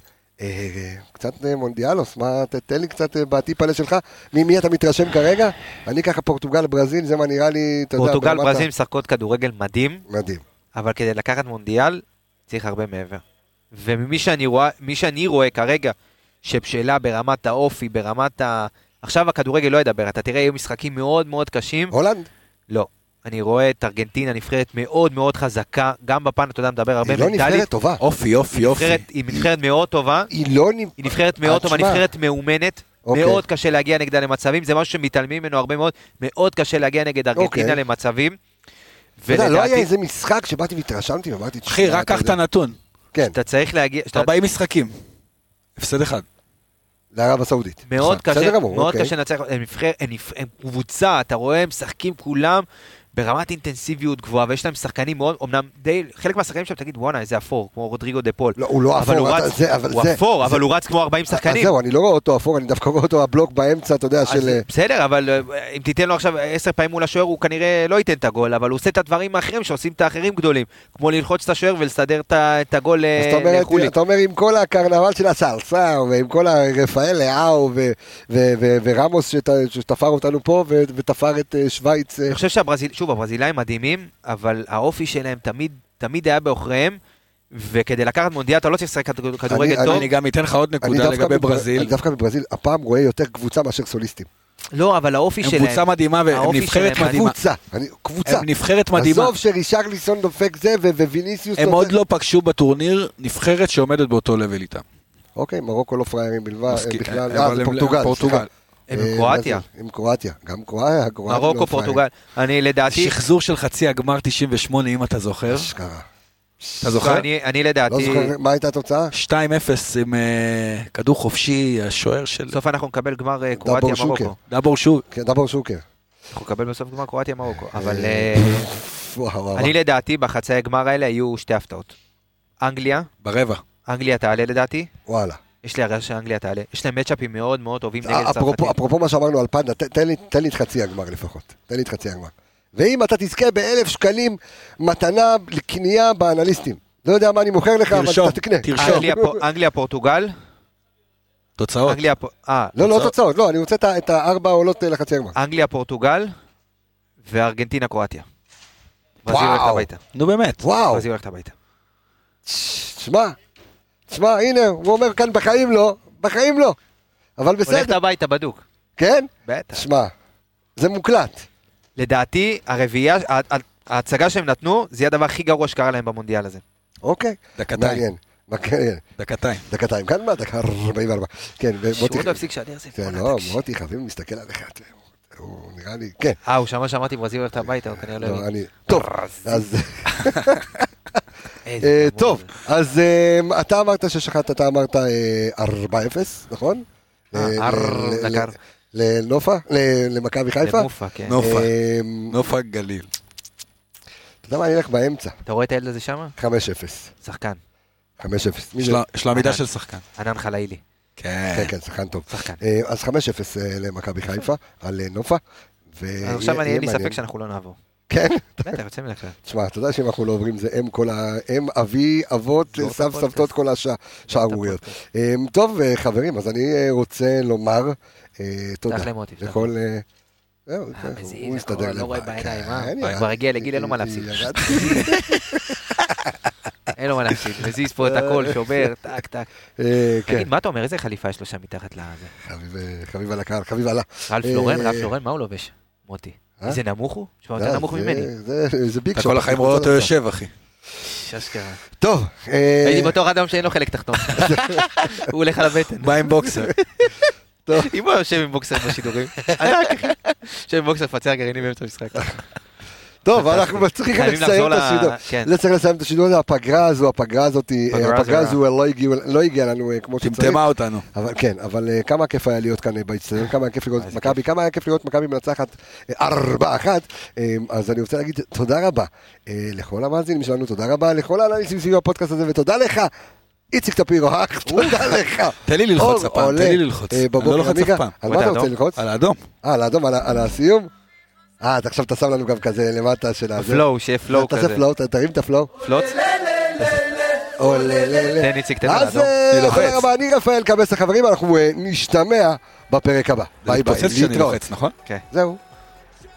קצת מונדיאלוס, תן לי קצת בטיפ עלה שלך, ממי אתה מתרשם כרגע? אני ככה פורטוגל, ברזיל, זה מה נראה לי, אתה יודע... פורטוגל, ברזיל משחקות כדורגל מדהים. מדהים. אבל כדי לקחת מונדיאל, צריך הרבה מעבר. וממי שאני רואה כרגע, שבשלה ברמת האופי, ברמת ה... עכשיו הכדורגל לא ידבר, אתה תראה, יהיו משחקים מאוד מאוד קשים. הולנד? לא. אני רואה את ארגנטינה נבחרת מאוד מאוד חזקה, גם בפן, אתה יודע, מדבר הרבה מנטלית. היא לא נבחרת טובה. אופי. היא נבחרת מאוד טובה. היא נבחרת מאוד טובה, נבחרת מאומנת. מאוד קשה להגיע נגדה למצבים, זה משהו שמתעלמים ממנו הרבה מאוד. מאוד קשה להגיע נגד ארגנטינה למצבים. אתה יודע, לא היה איזה משחק שבאתי והתרשמתי ואמרתי... אחי, רק קח את הנתון. כן. אתה צריך להגיע... 40 משחקים. הפסד אחד. לערב הסעודית. מאוד קשה לנצח, הם קבוצה, אתה רואה, הם משחקים כולם ברמת אינטנסיביות גבוהה, ויש להם שחקנים מאוד, אמנם חלק מהשחקנים שם תגיד, וואנה, איזה אפור, כמו רודריגו דה פול. לא, הוא לא אפור. הוא אפור, אבל הוא רץ כמו 40 שחקנים. זהו, אני לא רואה אותו אפור, אני דווקא רואה אותו הבלוק באמצע, אתה יודע, של... בסדר, אבל אם תיתן לו עכשיו 10 פעמים מול השוער, הוא כנראה לא ייתן את הגול, אבל הוא עושה את הדברים האחרים שעושים את האחרים גדולים, כמו ללחוץ את השוער ולסדר את הגול לחולי. אתה אומר, עם כל הקרנבל של הסלסה, ועם כל הרפאל לאו, ורמוס שתפר אותנו פה, ותפר את שוויץ. אני חושב שוב, הברזילאים מדהימים, אבל האופי שלהם תמיד היה באחריהם, וכדי לקחת מונדיאל אתה לא צריך לשחק כדורגל טוב. אני גם אתן לך עוד נקודה לגבי ברזיל. אני דווקא בברזיל הפעם רואה יותר קבוצה מאשר סוליסטים. לא, אבל האופי שלהם... הם קבוצה מדהימה והם נבחרת מדהימה. קבוצה. הם נבחרת מדהימה. עזוב שרישרליסון דופק זה וויניסיוס... הם עוד לא פגשו בטורניר נבחרת שעומדת באותו לבל איתם. אוקיי, מרוקו לא פריירים בכלל. פורטוגל. עם קרואטיה. עם קרואטיה, גם קרואטיה. מרוקו, פורטוגל. אני לדעתי... שחזור של חצי הגמר 98, אם אתה זוכר. אשכרה. אתה זוכר? אני לדעתי... לא זוכר, מה הייתה התוצאה? 2-0 עם כדור חופשי, השוער של... בסוף אנחנו נקבל גמר קרואטיה מרוקו. דאבור שוקר. כן, דאבור שוקר. אנחנו נקבל בסוף גמר קרואטיה מרוקו. אבל... אני לדעתי בחצי הגמר האלה היו שתי הפתעות. אנגליה. ברבע. אנגליה תעלה לדעתי. וואלה. יש לי הרגשה שאנגליה תעלה. יש להם מצ'אפים מאוד מאוד טובים נגד צרפתים. אפרופו מה שאמרנו על פנדה, תן לי את חצי הגמר לפחות. תן לי את חצי הגמר. ואם אתה תזכה ב1,000 שקלים מתנה לקנייה באנליסטים. לא יודע מה אני מוכר לך, אבל אתה תקנה. אנגליה, פורטוגל. תוצאות. לא תוצאות, לא, אני רוצה את 4 עולות לחצי הגמר. אנגליה, פורטוגל וארגנטינה, קרואטיה. ברזיל הולכת הביתה. נו באמת. וואו. ברזיל הולכת הביתה. תשמע, הנה, הוא אומר כאן בחיים לא, אבל בסדר. הולכת הביתה בדוק. כן? בטח. תשמע, זה מוקלט. לדעתי, הרביעייה, ההצגה שהם נתנו, זה יהיה הדבר הכי גרוע שקרה להם במונדיאל הזה. אוקיי. דקתיים. כאן מה? דקה 44. כן, שהוא לא הפסיק שעדי הרסיף. לא, מוטי, חייבים להסתכל עליך. הוא נראה לי, כן. הוא שמע שאמרתי ברזיל הולכת הביתה, הוא כנראה לא הבין. טוב, אז... טוב, אז אתה אמרת ששחט, אתה אמרת 4-0, נכון? לנופה? למכבי חיפה? למופה, כן. נופה גליל. אתה יודע מה, אני אלך באמצע. אתה רואה את הילד הזה שם? 5-0. שחקן. 5-0. יש לו עמידה של שחקן. ענן חלאילי. כן, שחקן טוב. אז 5-0 למכבי חיפה, על נופה. עכשיו אין לי ספק שאנחנו לא נעבור. כן? בטח, יוצא מן הכלל. תשמע, אתה יודע שאם אנחנו לא עוברים זה אם אבי, אבות, סב, סבתות, כל השערוריות. טוב, חברים, אז אני רוצה לומר תודה. לכל... הוא מסתדר לבא. לא רואה בעיניים, הוא כבר הגיע לגיל, אין לו מה להפסיד. אין לו מה להפסיד, מזיז פה את הכל, שובר, טק, טק. תגיד, מה אתה אומר? איזה חליפה יש לו שם מתחת לזה? חביב על הקהל, חביב עלה. רלף לורן, מה הוא לובש? מוטי. איזה נמוך הוא? שמע, יותר נמוך ממני. זה ביג שופ. אתה כל החיים רואה אותו יושב, אחי. אשכרה. טוב. הייתי בתור אדם שאין לו חלק תחתון. הוא הולך על הבטן. בא עם בוקסר. אם הוא יושב עם בוקסר בשידורים. יושב עם בוקסר פצע גרעינים באמצע המשחק. טוב, אנחנו צריכים לסיים את השידור. לא צריך לסיים את השידור, הפגרה הזאת לא הגיעה לנו כמו שצריך. תמתמה אותנו. כן, אבל כמה כיף היה להיות כאן באצטדיון, כמה כיף לראות מכבי, כמה היה כיף לראות מכבי מנצחת 4-1. אז אני רוצה להגיד תודה רבה לכל המאזינים שלנו, תודה רבה לכל האנליסטים סביב הפודקאסט הזה, ותודה לך. איציק טפירו, תודה לך. תן לי ללחוץ הפעם, תן לי ללחוץ. אני לא לוחץ אף פעם. על מה אתה רוצה ללחוץ? על האדום. על האדום, על הסיום? עכשיו אתה שם לנו גם כזה למטה של הזה. הפלואו, שיהיה פלואו כזה. תעשה פלואו, תרים את הפלואו. פלוץ? תן איציק, תן לאדום. אז תודה רבה, אני רפאל קבס החברים, אנחנו נשתמע בפרק הבא. ביי ביי, להתפוצץ שאני לוחץ, נכון? זהו.